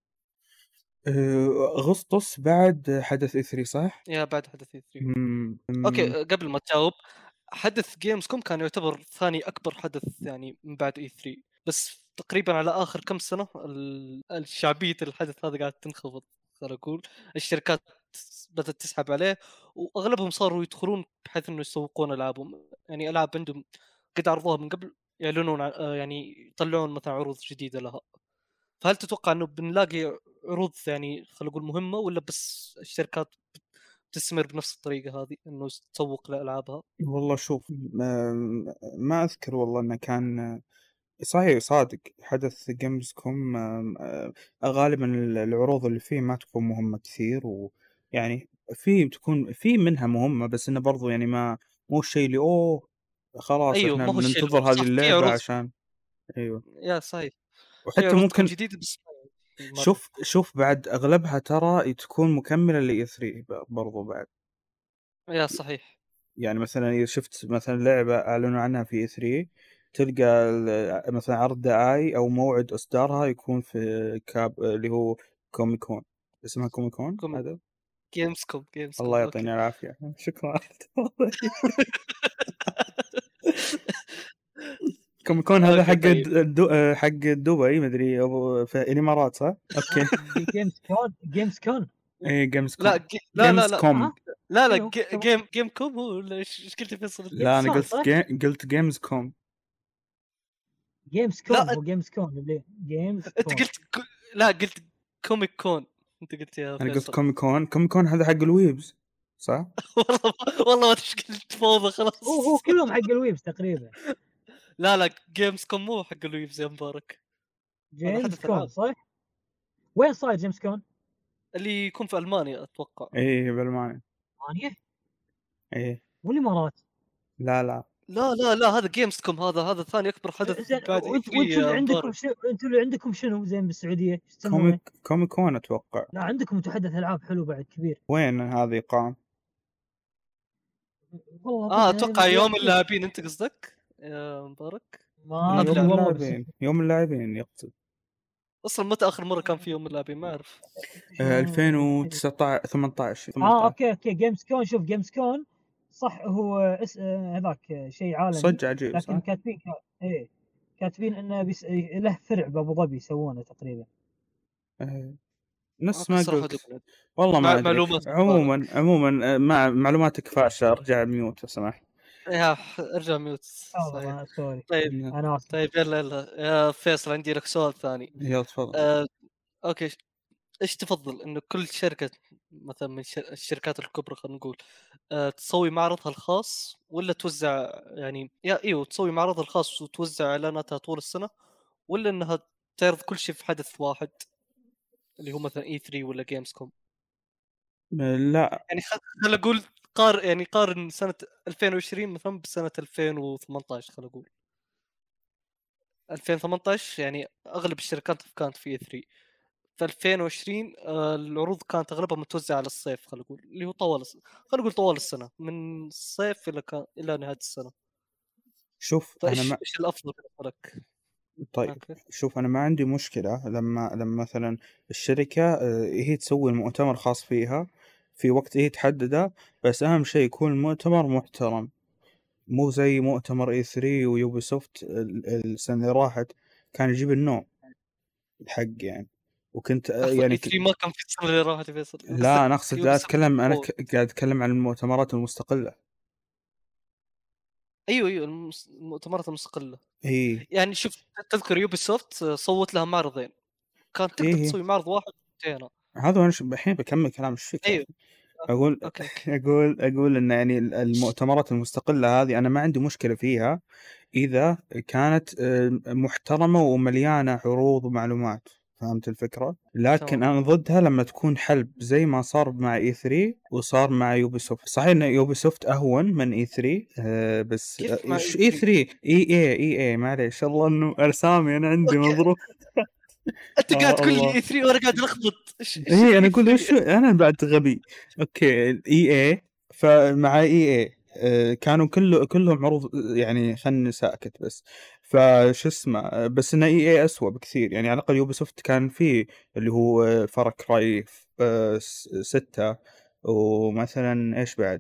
أه، أغسطس بعد حدث إي ثري صح؟ يا بعد حدث إي ثري. مم. اوكي مم. آه، قبل ما تجاوب، حدث جيمز كوم كان يعتبر ثاني اكبر حدث يعني من بعد اي ثري، بس تقريبا على اخر كم سنه ال- الشعبيه الحدث هذا قاعد تنخفض. خلينا اقول الشركات بدأت تسحب عليه، وأغلبهم صاروا يدخلون بحيث إنه يسوقون ألعابهم، يعني ألعاب عندهم قد عرضوها من قبل يعلنون عن آه، يعني يطلعون مثلًا عروض جديدة لها. فهل تتوقع إنه بنلاقي عروض يعني خلينا نقول مهمة، والّا بس الشركات بت بتستمر بنفس الطريقة هذه إنه تسوق لألعابها؟ والله شوف، ما, ما أذكر والله إنه كان صحيح صادق حدث جيمز كوم. غالبا العروض اللي فيه ما تكون مهمة كثير، ويعني في تكون في منها مهمة، بس إنه برضو يعني ما مو الشيء اللي أوه خلاص أيوه، إحنا ما هو الشيء بننتظر المهم، هذه صح في اللعبة عروض عشان. أيوه. يا صحيح، في وحتى عروض تكون ممكن جديدة بس مرة. شوف شوف بعد أغلبها ترى تكون مكملة لإي ثري برضو بعد. يا صحيح. يعني مثلا إذا شفت مثلا لعبة أعلنوا عنها في إي ثري، تلقى ال- مثلا عرض دعائي أو موعد إصدارها يكون في كاب اللي هو كوميكون. اسمها كوميكون كوم هذا. Gamescom Gamescom الله أوكي. يعطيني العافية. شكرا. كوميكون هذا حق أوكي طيب. الدو... حق دبي مدري أبو في الإمارات صح؟ أوكي. جيمز كون جيمز كون إيه جيمز لا كوم. ج لا، لا، جيمز لا، كوم. ها لا، لا شنو ج شنو Game Gamecom هو والّا إيش إيش قلت يا فيصل أنت؟ لا جيمز أنا كون قلت صح جي... قلت جيمز كوم. جيمز كون لأ هو جيمز كون اللي جيمز أنت كون قلت ك لا قلت Comic Con أنت قلت يا أنا قلت فيصل. كوميكون. كوميكون هذا حق الويبز صح؟ والله ما والله ما أدري إيش قلت، فوضى هو هو خلاص. كلهم حق الويبس تقريبا. لا، لا Gamescom مو حق الويبز يا مبارك، هذا جيمز حدث كون ألعاب صح. وين صاير جيمز كون؟ اللي يكون في ألمانيا أتوقع. إيه بالمانيا. ثانية إيه. والامارات. لا لا. لا، لا، لا، هذا Gamescom، هذا هذا ثاني أكبر حدث زين بعد وانت إي ثري وانتوا اللي يا عندكم مبارك. شنو؟ انتوا اللي عندكم شنو زين بالسعوديه ايش يسمونه؟ كوميك كوميكون أتوقع. لا عندكم متحدث العاب حلو بعد كبير. وين هذه قام؟ والله آه ضدها أتوقع يا يوم شوف اللاعبين أنت قصدك يا مبارك؟ ما هذا يوم ادري لا، والله بس. اللاعبين يوم اللاعبين يقصد. أصلًا متى آخر مرة كان في يوم اللاعبين ما أعرف. آه، ألفين وتسعة عشر ثمانية عشر اه ثمانية عشر. اوكي اوكي جيمز كون. شوف جيمز كون صح هو اس... آه، هذاك آه، شيء عالمي. صدق عجيب لكن صح؟ كاتبين كا... ايه كاتبين انه بيس... إيه، له فرع بابو ظبي يسوونه تقريبا. آه، نفس أوكي ما الصراحة قلت. دوب والله مع ما أدري. معلومات مبارك. عموما عموما آه، مع معلوماتك فاشلة. ارجع ميوت لو سمحت. يا ح ارجع ميوت اه صحيح. والله سوري طيب، انا اسف. طيب يلا، يلا يا فيصل عندي لك سؤال ثاني. يلا تفضل. آآ أوكي، ش إيش تفضل إنه كل شركة مثلًا من الش الشركات الكبرى خلينا نقول آآ تسوي معرضها الخاص، والّا توزع يعني يا أيوه تسوي معرضها الخاص وتوزع إعلاناتها طول السنة، والّا إنها تعرض كل شيء في حدث واحد اللي هو مثلًا إي ثري والّا Gamescom؟ آه، لا يعني خ خلينا نقول قار يعني قارن سنة ألفين وعشرين مثلًا بسنة ألفين وثمانية عشر خلينا نقول. ألفين وثمانية عشر يعني أغلب الشركات كانت في إي ثري. في ألفين وعشرين آآ العروض كانت أغلبها متوزعة على الصيف خلينا نقول، اللي هو طوال الس خلينا نقول طوال السنة، من الصيف إلى ك إلى نهاية السنة. شوف أنا فإيش ما إيش الأفضل بالنسبة لك؟ طيب أوكي. شوف أنا ما عندي مشكلة لما لما مثلا الشركة آه، هي تسوي المؤتمر خاص فيها في وقت هي تحدده، بس أهم شيء يكون المؤتمر محترم. مو زي مؤتمر اي ثري ويوبي سوفت السنة اللي راحت كان يجيب النوم الحق يعني. وكنت آه، لحظة يعني ك... إي ثري ما كان في السنة اللي راحت يا فيصل، لا قصدك أنا أقصد لا Ubisoft أتكلم أنا أوه. ك... قاعد أتكلم عن المؤتمرات المستقلة. أيوه، أيوه المس المؤتمرات المستقلة. إيه يعني شوف تذكر Ubisoft صوّت لها معرضين، كانت إيه تقدر إيه. تسوي معرض واحد وانتهينا. هذا أنا ش- الحين بكمل كلام إيش فيك. أيوه. أقول أوكي، أوكي. أقول أقول إن يعني المؤتمرات المستقلة هذه أنا ما عندي مشكلة فيها إذا كانت آه، محترمة ومليانة عروض ومعلومات. فهمت الفكرة؟ لكن تمام. أنا ضدها لما تكون حلب زي ما صار مع إي ثري وصار مع يوبي سوفت. صحيح إن يوبي سوفت أهون من إي ثري آه بس كيف آه مع إيش إي إي ثري؟ ثري إي إي إي إي معليش الله إنه أرسامي أنا عندي أوكي، مضروب. أنت قاعد آه تقول لي الله. إي ثري وأنا قاعد ألخبط، إيش إيش إيه أنا الإي أقول إيش ثري؟ أنا بعد غبي. أوكي إي إي. فمع إي إي آه، كانوا كله كلهم عروض يعني خلني ساكت بس. فش اسمه آه، بس ان اي اي اسوأ بكثير يعني. على الاقل يوبي سوفت كان فيه اللي هو فار كراي ستة. ومثلا ايش بعد.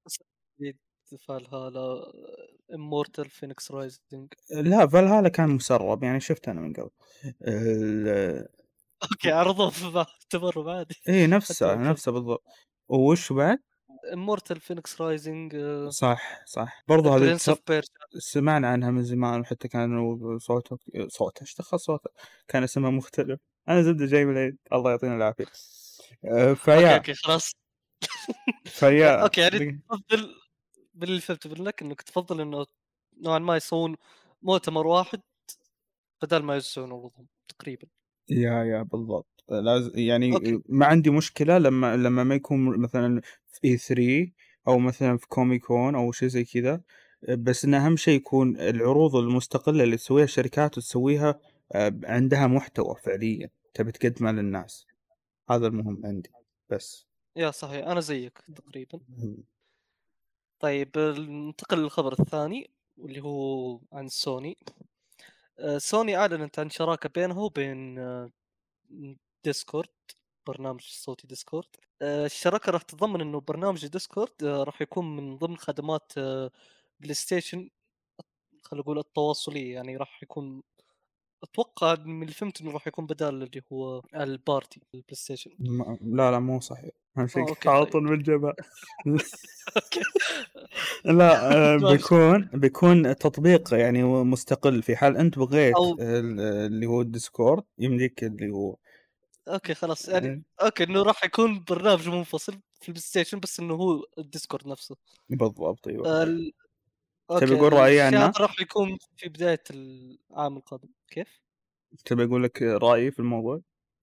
فالهالا Immortal Phoenix Rising. لا فالهالا كان مسرب يعني شفت انا من قبل. ال- أوكي عرضوه في بعض تبرم عادي. ايه حتى نفسه لو كان نفسه بالضبط. وش بعد؟ امورتال فينيكس رايزنج، صح صح برضو هذه برنس تر... اوف بيرجا. سمعنا عنها من زمان، وحتى كانوا صوته صوته ايش دخل صوته، كان اسمها مختلف. انا زبده جاي من العيد، الله يعطينا العافيه. أه، اوكي فيا اوكي خلاص. فيا اوكي يعني تفضل باللي فهمت منك انك تفضل انه نوعا ما يسوون مؤتمر واحد بدل ما يجلسون عروضهم تقريبا. يا يا بالضبط، لازم يعني اوكي ما عندي مشكلة لما لما ما يكون مثلا في اي ثري او مثلا في كوميكون او شيء زي كذا، بس ان اهم شيء يكون العروض المستقلة اللي تسويها الشركات وتسويها آه، عندها محتوى فعليا تبي تقدمه للناس. هذا المهم عندي بس. يا صحيح انا زيك تقريبا. طيب ننتقل للخبر الثاني واللي هو عن سوني. آه، سوني اعلنت عن شراكه بينها وبين آه، ديسكورد، برنامج صوتي ديسكورد. آه، الشراكه راح تتضمن انه برنامج ديسكورد آه، راح يكون من ضمن خدمات آه، بلاي ستيشن، خلينا نقول التواصليه. يعني راح يكون اتوقع من اللي فهمت انه راح يكون بدال اللي هو البارتي البلاي ستيشن. ما- لا لا مو صحيح، اهم شيء اه اوكي على طيب. طول من جبهة. اوكي لا آه، ماشي. بيكون بيكون تطبيق يعني مستقل، في حال انت بغيت او ال- اللي هو الديسكورد يمديك اللي هو اوكي خلاص يعني اوكي انه راح يكون برنامج منفصل في البلاي ستيشن بس انه هو الديسكورد نفسه. بالضبط. ايوه ال... تبي اوكي اقول رايي الشيء هذا عنه؟ راح يكون في بداية العام القادم. كيف؟ تبي اقول لك رايي في الموضوع؟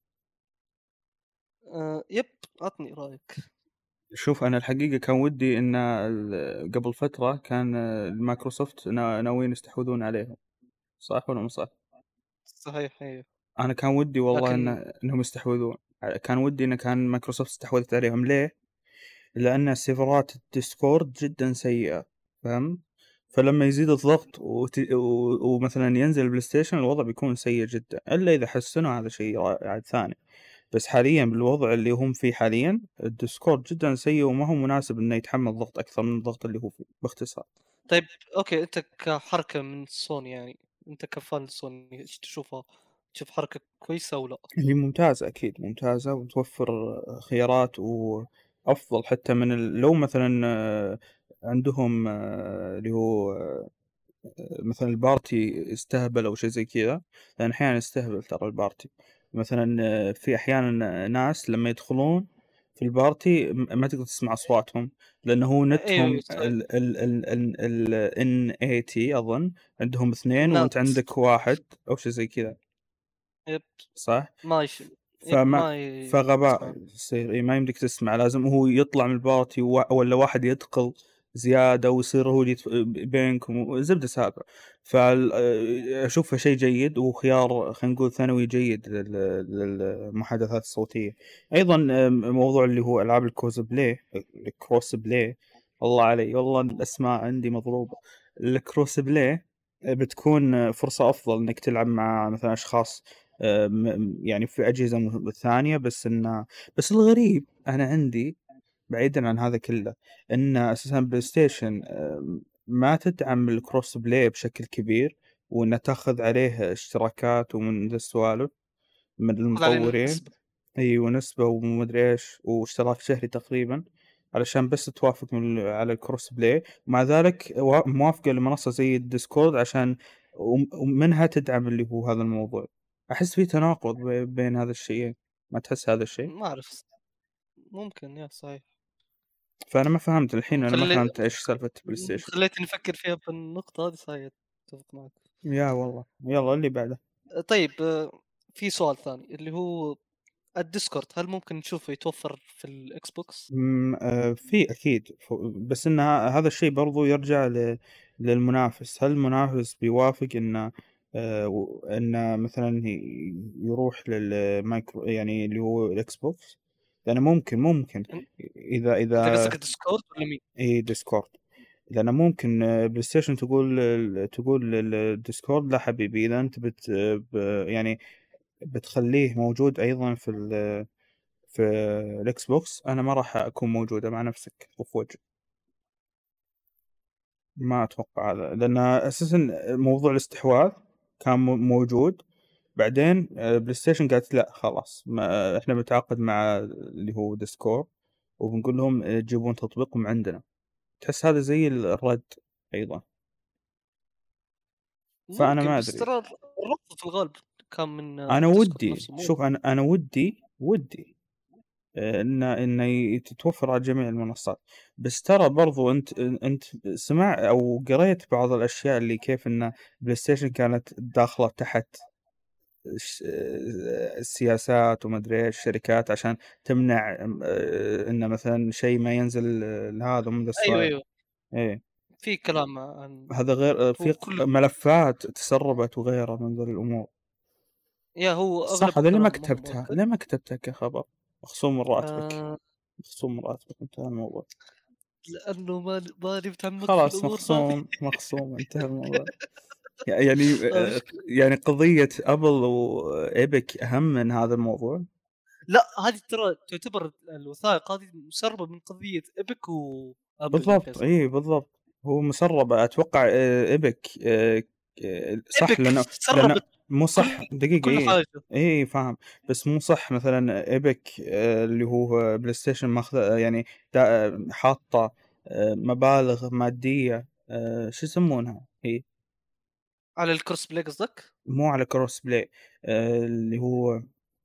آه يب عطني رأيك. شوف انا الحقيقه كان ودي ان ال- قبل فتره كان مايكروسوفت نا- ناويين يستحوذون عليهم، صح ولا مو صح؟ صحيح ايوه. انا كان ودي والله إن لكن انهم يستحوذون، كان ودي ان كان مايكروسوفت استحوذت عليهم. ليه؟ لان سيرفرات الديسكورد جدا سيئه، فهم؟ فلما يزيد الضغط وت... و... ومثلا ينزل البلاي ستيشن الوضع بيكون سيء جدا، الا اذا حسنوا هذا شيء رائع ثاني. بس حاليا بالوضع اللي هم فيه حاليا الديسكورد جدا سيء وما هو مناسب انه يتحمل ضغط اكثر من الضغط اللي هو فيه باختصار. طيب اوكي انت كحركة من سوني، يعني انت كفان سوني ايش تشوفها؟ تشوف حركة كويسة او لا؟ هي ممتازة اكيد ممتازة، وتوفر خيارات وافضل حتى من ال... لو مثلا آه، عندهم آه، اللي هو آه، مثلا البارتي يستهبل او شيء زي كذا، لان احيانا يستهبل ترى البارتي. مثلا آه، في احيانا ناس لما يدخلون في البارتي م- ما تقدر تسمع اصواتهم، لانه هو ايوه نتهم ايوه صحيح. ال ال ال ال ال ان اي تي اظن عندهم اثنين وانت الناس عندك واحد او شيء زي كذا، يب صح؟ ما يش... يب فما ما ي... فغباء اسمع. يصير إيه، ما يمديك تسمع، لازم هو يطلع من البارتي و- ولا واحد يدخل زيادة ويصير هو اللي يت- بينكم وزبدة سالفة. فأشوفه شيء جيد وخيار خلينا نقول ثانوي جيد لل- للمحادثات الصوتية. أيضا آم، موضوع اللي هو ألعاب الكروس بلاي، الكروس بلاي، الله علي والله الأسماء عندي مضروبة. الكروس بلاي بتكون فرصة أفضل إنك تلعب مع مثلا أشخاص آه، م- يعني في أجهزة م- ثانية. بس إنه بس الغريب أنا عندي بعيدا عن هذا كله إن أساسا بلاي ستيشن آه، ما تدعم الكروس بلاي بشكل كبير، وإنها تاخذ عليه اشتراكات ومن ذا السوالف من خذ عليه المطورين. نسبة. اي ونسبة ومدري ايش واشتراك شهري تقريبا علشان بس توافق من على الكروس بلاي، ومع ذلك وا- موافقة لمنصة زي الديسكورد عشان وم- ومنها تدعم اللي هو هذا الموضوع. أحس في تناقض بي- بين هذا الشيئين، ما تحس هذا الشيء؟ ما أعرف ممكن يا صحيح. فأنا ما فهمت الحين، أنا ما خلي فهمت إيش سالفة بلاي ستيشن. خليتني أفكر فيها بالنقطة هذه صحيح. أتفق معك. يا والله يلا اللي بعده. طيب آه، في سؤال ثاني اللي هو الديسكورد هل ممكن نشوفه يتوفر في الإكس بوكس؟ مم، آه، في اكيد ف- بس ان ه- هذا الشيء برضو يرجع ل- للمنافس. هل المنافس بيوافق ان آه، و- ان مثلا ي- يروح للمايكرو يعني اللي هو الاكس بوكس؟ لانه ممكن ممكن أن- اذا أنت اذا قصدك الديسكورد ولا مين؟ اي ديسكورد. لانه ممكن آه، بلاي ستيشن تقول تقول للديسكورد لا حبيبي، اذا انت بت ب- يعني بتخليه موجود ايضا في ال في الاكس بوكس، انا ما راح اكون موجودة مع نفسك وفي وجه. ما اتوقع هذا، لان اساسا موضوع الاستحواذ كان مو- موجود. بعدين آه، بلاي ستيشن قالت لا خلاص، ما احنا بنتعاقد مع اللي هو ديسكورد وبنقول لهم آه، تجيبون تطبيقهم عندنا. تحس هذا زي الرد أيضا. فأنا ممكن، ما بس أدري. ترى الرفض في الغالب كان من أنا ديسكورد ودي نفسه، مو شوف أنا أنا ودي ودي آه، إن إنه ي- تتوفر على جميع المنصات. بس ترى برضو أنت أنت سمع أو قريت بعض الأشياء اللي كيف إن بلاي ستيشن كانت داخلة تحت ش- آه، السياسات وما ادري ايش الشركات عشان تمنع آه، ان مثلا شيء ما ينزل آه، لهذا من ايوه الصاير. ايوه، ايه. في كلام عن هذا غير آه، هو في ق- كله، ملفات تسربت وغيرها من ذي الامور. يا هو صح، اغلبه هذا ليه ما كلام ما هو كتبتها؟ مؤكد. ليه ما كتبتها كخبر؟ مخصوم من راتبك. آه مخصوم من راتبك، انتهى الموضوع. لانه ما ماني متعمق في خلاص الامور هذه. مخصوم مخصوم انتهى الموضوع. يعني آه آه، مش... يعني قضية أبل وإيبك أهم من هذا الموضوع. لا، هذه ترى تعتبر الوثائق هذه مسربه من قضيه ايبك وابل يا بالضبط، فيصل. اي بالضبط. هو مسرب اتوقع آه، ايبك آه، آه، صح، ايبك لانه لانه سربت مو كل صح دقيقة. كل اي حاجه. اي فاهم. بس مو صح مثلا ايبك آه، اللي هو بلاي ستيشن ماخذ آه، يعني دا- آه، حاطة آه، مبالغ مادية آه، شو يسمونها هي. على الكروس بلاي قصدك مو على كروس بلاي آه، اللي هو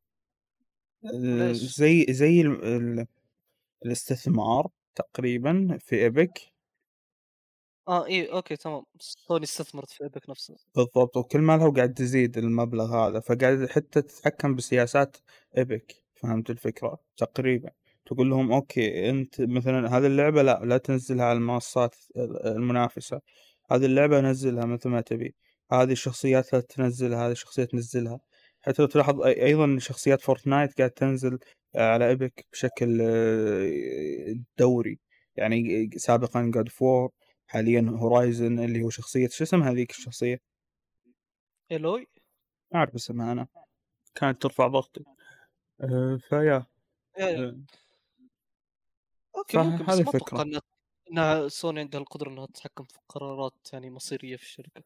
ولا ال- ايش؟ زي زي ال- ال- الاستثمار تقريبا في ايبك. اه ايه اوكي تمام، سوني استثمرت في ايبك نفسه. بالضبط، وكل ما لها وقاعد تزيد المبلغ هذا، فقاعد حتى تتحكم بسياسات ايبك. فهمت الفكرة تقريبا. تقول لهم اوكي انت مثلا هذه اللعبة لا لا تنزلها على المنصات المنافسة، هذه اللعبة نزلها مثل ما تبي، هذه الشخصيات لا تنزلها، هذه الشخصيات تنزلها. حتى لو تلاحظ أي- ايضا شخصيات فورتنايت قاعد تنزل على ايبك بشكل آه، دوري. يعني سابقا جاد فور، حاليا هورايزن اللي هو شخصية شو اسمها هذيك الشخصية؟ الوي. ما أعرف اسمها أنا، كانت ترفع ضغطي. أه فيا إيه. أه اوكي ممكن، فهذه بس ما اتوقع الفكرة. انها انها سوني عندها القدره انها تتحكم في قرارات يعني مصيريه في الشركه.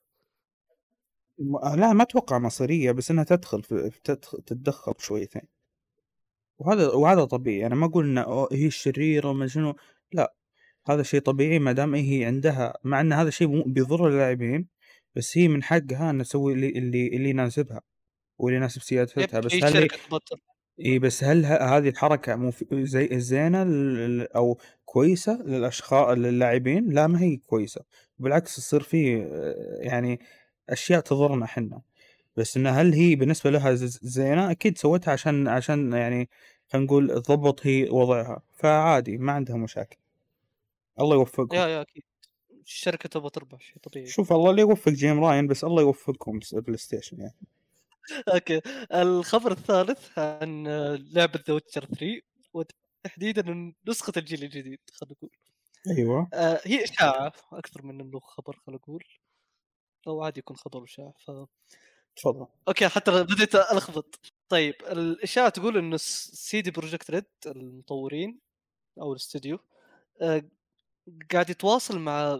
م- لا ما أتوقع مصيرية، بس إنها تدخل في في- تدخل تتدخل شويتين. وهذا وهذا طبيعي. أنا ما أقول إن أوه هي الشريرة وما شنو، لا. هذا شيء طبيعي ما دام هي عندها، مع إن هذا شيء مو- بيضر اللاعبين، بس هي من حقها أن تسوي اللي اللي اللي يناسبها واللي يناسب يب، سيادتها. هي بس هل هي شركه تبطل. إيه بس هل ه- هذه الحركة مو في- زي زينة لل- أو كويسة للأشخاص للاعبين؟ لا، ما هي كويسة. بالعكس يصير فيه آه، يعني أشياء تضرنا حنا. بس إن هل هي بالنسبة لها ز- زينة؟ أكيد سوتها عشان عشان يعني خلينا نقول تضبط هي وضعها، فعادي ما عندها مشاكل. الله يوفقهم. يا يا اكيد، الشركه تبغى تربح، شيء طبيعي. شوف الله اللي يوفق جيم راين، بس الله يوفقهم س- بلاي ستيشن يعني. اوكي، الخبر الثالث عن لعبه ذا ويتشر ثلاثة، وتحديدا نسخه الجيل الجديد خلينا نقول. أيوة آه، هي اشاعه اكثر من انه خبر خلينا نقول، او عادي يكون خبر واشاعه. ف تفضل. اوكي، حتى بديت الخبط. طيب الاشاعه تقول انه سيدي بروجكت ريد المطورين او الاستوديو آه، قاعد يتواصل مع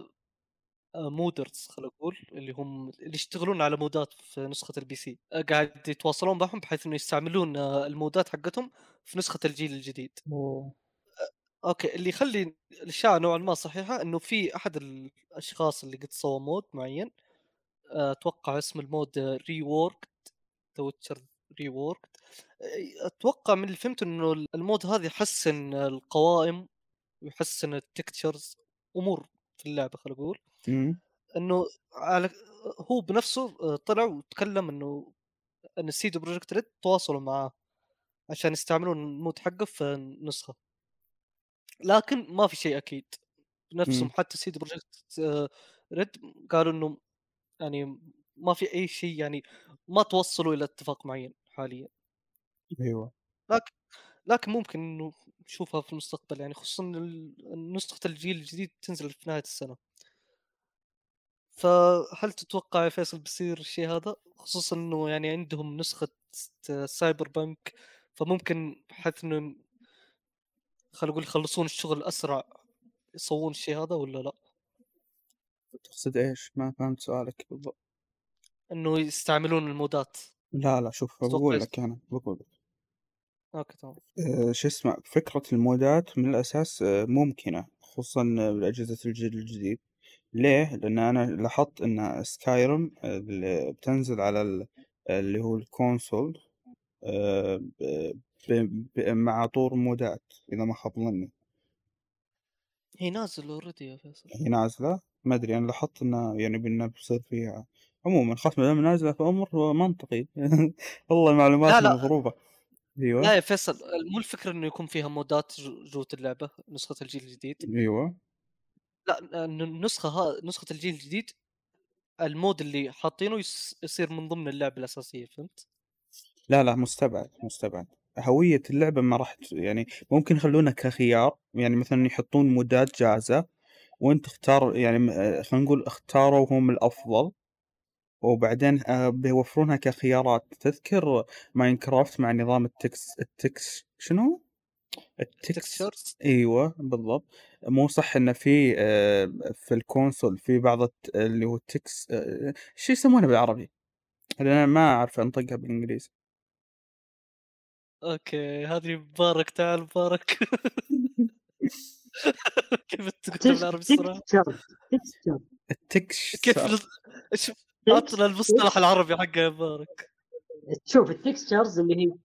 مودرز خلينا نقول، اللي هم اللي يشتغلون على مودات في نسخة البي سي. آه، قاعد يتواصلون معهم بحيث انه يستعملون آه، المودات حقتهم في نسخة الجيل الجديد. أوه. اوكي، اللي يخلي الاشاعة نوعا ما صحيحة انه في احد الاشخاص اللي قد سوى مود معين، آه، اتوقع اسم المود ري وورك، ذا ويتشر ري وورك. اتوقع من اللي فهمت انه المود هذا يحسن القوائم ويحسن التكتشرز، امور في اللعبة خلينا نقول. أمم. انه على هو بنفسه آه، طلع وتكلم انه ان السيدو بروجكت ريد تواصلوا معاه عشان يستعملون المود حقه في النسخه، لكن ما في شيء اكيد. أمم. نفسهم حتى سيدو بروجكت ريد قالوا انه يعني ما في اي شيء، يعني ما توصلوا الى اتفاق معين حاليا. أيوة. لكن لكن ممكن انه نشوفها في المستقبل، يعني خصوصا ال- نسخه الجيل الجديد تنزل في نهايه السنه. فهل تتوقع يا فيصل بيصير الشيء هذا، خصوصا انه يعني عندهم نسخة سايبر بانك، فممكن بحيث انه خلينا نقول يخلصون الشغل اسرع يسوون الشيء هذا ولا لا؟ تقصد إيش؟ ما فهمت سؤالك بالضبط. انه يستعملون المودات. لا لا، شوف تتوقع بقول يس... لك أنا بقول لك اوكي تمام. آه، شو اسمه فكرة المودات من الأساس آه، ممكنة، خصوصا بالأجهزة الجيل الجديد. ليه؟ لأن أنا لاحظت أن سكايرم اللي بتنزل على ال- اللي هو الكونسول آه، ب- ب- ب- مع طور مودات إذا ما خاب ظني. هي نازل اوريدي يا فيصل. هي نازلة، ما أدري، أنا لاحظت إنه يعني بإنه بيصير فيها. عموما خلاص ما دام نازلة فأمر منطقي. والله لا معلومات لا مضروبة. أيوه لا يا فيصل، مو الفكره انه يكون فيها مودات جو- جوة اللعبه نسخه الجيل الجديد. أيوه. لا، إنه النسخه ها نسخه الجيل الجديد المود اللي حاطينه يس- يصير من ضمن اللعبه الاساسيه، فهمت؟ لا لا، مستبعد مستبعد. هوية اللعبة ما راح ت- يعني ممكن يخلونها كخيار، يعني مثلا يحطون مودات جاهزة وانت تختار، يعني م- آه، خلينا نقول اختاروا هم الأفضل، وبعدين آه، بيوفرونها كخيارات. تذكر ماينكرافت مع نظام التكس التكس شنو؟ التكس. تكستشرز. ايوه بالضبط. مو صح انه في آه، في الكونسول في بعض الت- اللي هو التكس آه، شو يسمونه بالعربي؟ لأن انا ما اعرف انطقها بالانجليزي. اوكي هذه مبارك، تعال مبارك. كيف تكتب تكست بالعربي الصراحه؟ تكستشر تكستشر التكس. كيف ال... إيش- عطنا المصطلح العربي حقه يا مبارك. تشوف التكستشرز اللي هي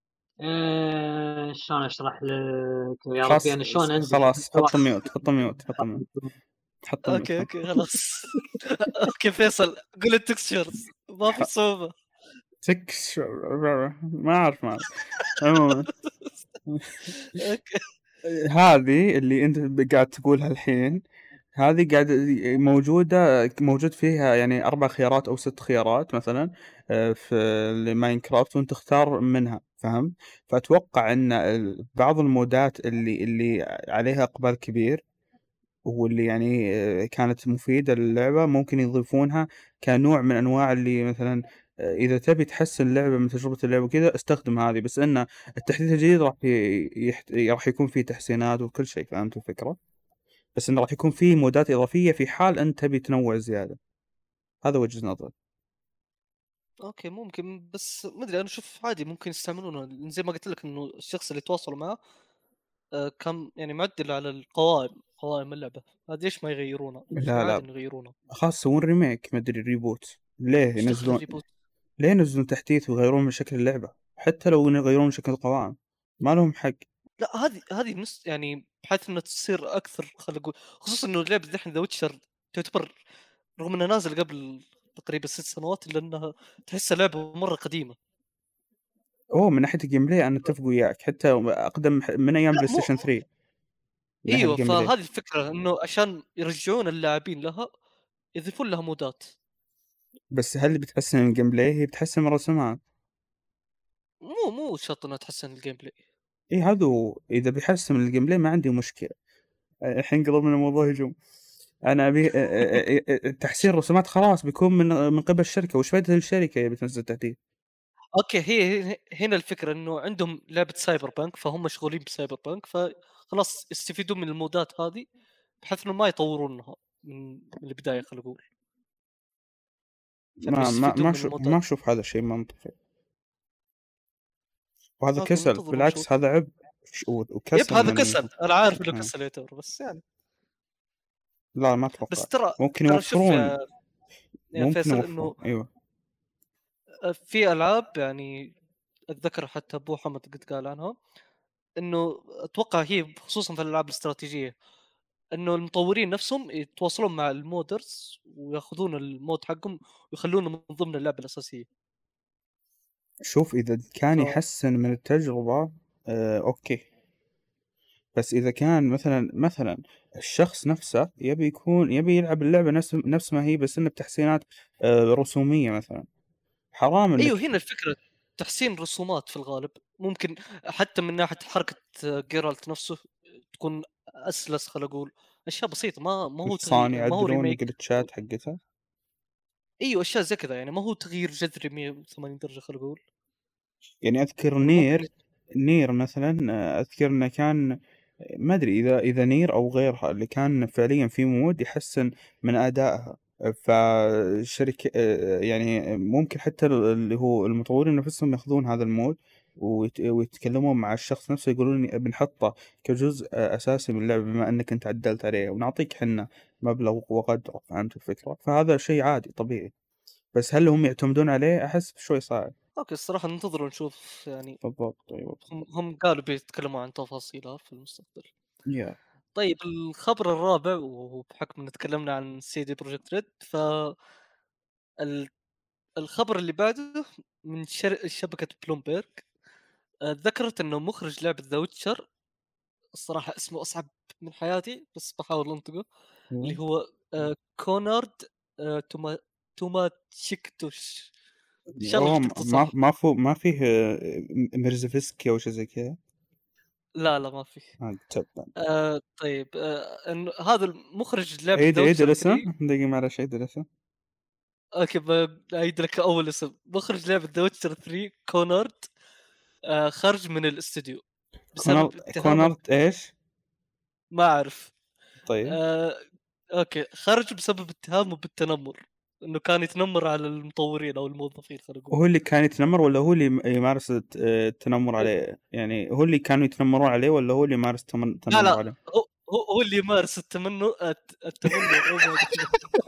آه شلون اشرح لك يا ربي، خلاص انا شلون انزل خلاص، حط واحد. ميوت حط ميوت حط ميوت حط ميوت اوكي حط. اوكي خلاص. اوكي فيصل قول التكستشرز ما في صعوبه. تكس ما اعرف ما اعرف. عموما اوكي هذه اللي انت قاعد تقولها الحين، هذه قاعد موجودة موجود فيها يعني أربع خيارات أو ست خيارات مثلا آه، في ماينكرافت، وأنت تختار منها، فهم؟ فأتوقع أن ال- بعض المودات اللي اللي عليها إقبال كبير واللي يعني آه، كانت مفيدة للعبة ممكن يضيفونها كنوع من أنواع اللي مثلا آه، إذا تبي تحسن اللعبة من تجربة اللعبة وكذا استخدم هذه. بس إن التحديث الجديد راح ي- يحت... راح يكون فيه تحسينات وكل شيء، فهمت الفكرة؟ بس إنه راح يكون فيه مودات إضافية في حال أنت تبي تنوع زيادة. هذا وجهة نظري. اوكي ممكن، بس ما ادري انا اشوف عادي ممكن يستعملونه زي ما قلت لك انه الشخص اللي تواصلوا معه آه، كان يعني معدل على القوائم قوائم اللعبه هذه، ليش ما يغيرونها؟ شيء لا عادي لا، انه يغيرونه. خلاص يسوون ريميك، مدري ريبوت. ليه ايش دخل ينزلون الريبوت؟ ليه ينزلون تحديث ويغيرون من شكل اللعبة؟ حتى لو يغيرون من شكل القوائم ما لهم حق. لا هذه هذه نص يعني بحيث انها تصير اكثر، خلينا نقول خصوصا انه لعبه دحين ذا ويتشر تعتبر رغم انها نازل قبل تقريبا ست سنوات الا انها تحسها لعبه مره قديمه. اوه، من ناحيه الجيم بلاي انا اتفق وياك، حتى اقدم من ايام لا بلاي مو ستيشن ثري من ناحيه ايوه، الجيم بلاي. فهذه الفكره انه عشان يرجعون اللاعبين لها يضيفون لها مودات. بس هل بتحسن الجيم بلاي؟ هي بتحسن من الرسومات. مو مو شرط انها تحسن الجيم بلاي. اي هذا هو. اذا بيحسن من الجيم بلاي ما عندي مشكله. الحين قربنا الموضوع هجوم. انا ابي أ- أ- أ- تحسين الرسومات خلاص بيكون من من قبل الشركه. وش فائده الشركه بتنزل تحديث؟ اوكي هي هي- هنا الفكره انه عندهم لعبه سايبر بانك فهم مشغولين بسايبر بانك فخلاص يستفيدون من المودات هذه بحيث انه ما يطورونها من من البدايه، خلينا نقول ما ما فبيستفيدون ما من شو ما المودات. اشوف هذا الشيء منطقي. وهذا اوكي كسل، منتظر بالعكس ونشوف. هذا عبء ش- يب وكسل هذا من. كسل، انا عارف انه آه. كسل يعتبر بس يعني. لا ما اتوقع. بس ترى ممكن ترى شوف يوفرون. يا يا ممكن فيصل يوفرون انه ايوه. في العاب يعني اتذكر حتى ابو حمد قد قال عنها انه اتوقع هي خصوصا في الالعاب الاستراتيجيه انه المطورين نفسهم يتواصلون مع المودرز وياخذون المود حقهم ويخلونه من ضمن اللعبه الاساسيه. شوف اذا ف كان يحسن من التجربة آه، اوكي. بس اذا كان مثلا مثلا الشخص نفسه يبي يكون يبي يلعب اللعبة نفس نفس ما هي، بس انه بتحسينات آه، رسومية مثلا، حرام ايوه انك. هنا الفكره تحسين رسومات في الغالب ممكن حتى من ناحيه حركه جيرالت نفسه تكون اسلس، خل اقول اشياء بسيطه ما ما هو تغيير الحصان يعني ما هو يعدلون ريميك. الجلتشات حقتها. ايوه اشياء زي كذا يعني ما هو تغيير جذري مية وثمانين درجه، خل اقول يعني اذكر انه ممكن نير نير مثلا آه، اذكر انه كان ما ادري اذا اذا نير او غيرها اللي كان فعليا في مود يحسن من ادائها. فالشركة يعني ممكن حتى اللي هو المطورين نفسهم ياخذون هذا المود ويت... ويتكلمون مع الشخص نفسه يقولون بنحطه كجزء أساسي من اللعبة بما أنك أنت عدلت عليه ونعطيك حنا مبلغ وقدره. فهمت الفكرة؟ فهذا شيء عادي طبيعي، بس هل هم يعتمدون عليه؟ أحس شوي صعب. اوكي الصراحه ننتظر ونشوف يعني. بالضبط. طيب. هم هم قالوا بيتكلموا عن تفاصيلها في المستقبل. يا طيب الخبر الرابع، وبحكم ان تكلمنا عن سي دي بروجكت ريد، ف ال- الخبر اللي بعده من شر... شبكه بلومبيرج. آه، ذكرت انه مخرج لعبه ذا ويتشر، الصراحه اسمه اصعب من حياتي بس بحاول انطقه، اللي هو آه، كونارد آه، توما توما تشيكتوش. ان شاء الله هو نطقته ما صح. ما فو ما فيه آه، ميرزفسكي أو شيء زي كذا. لا لا ما في. آه، تبا. آه طيب آه إنه هذا المخرج لعبة عيد ذا عيد ويتشر الاسم ثري. دقيقة معلش، عيد الاسم. اوكي بعيد لك اول اسم. مخرج لعبة ذا ويتشر ثري كونارد آه خرج من الاستديو كونر بسبب اتهامه. كونرد ايش؟ ما اعرف. طيب. آه اوكي خرج بسبب اتهامه بالتنمر، انه كان يتنمر على المطورين او الموظفين خلينا نقول. هو اللي كان يتنمر ولا هو اللي يم- يمارس الت- التنمر عليه؟ يعني هو اللي كانوا يتنمرون عليه ولا هو اللي يمارس التمن- لا التنمر لا عليه؟ هو هو هو اللي يمارس التمنر الت- التمنر او ما أدري.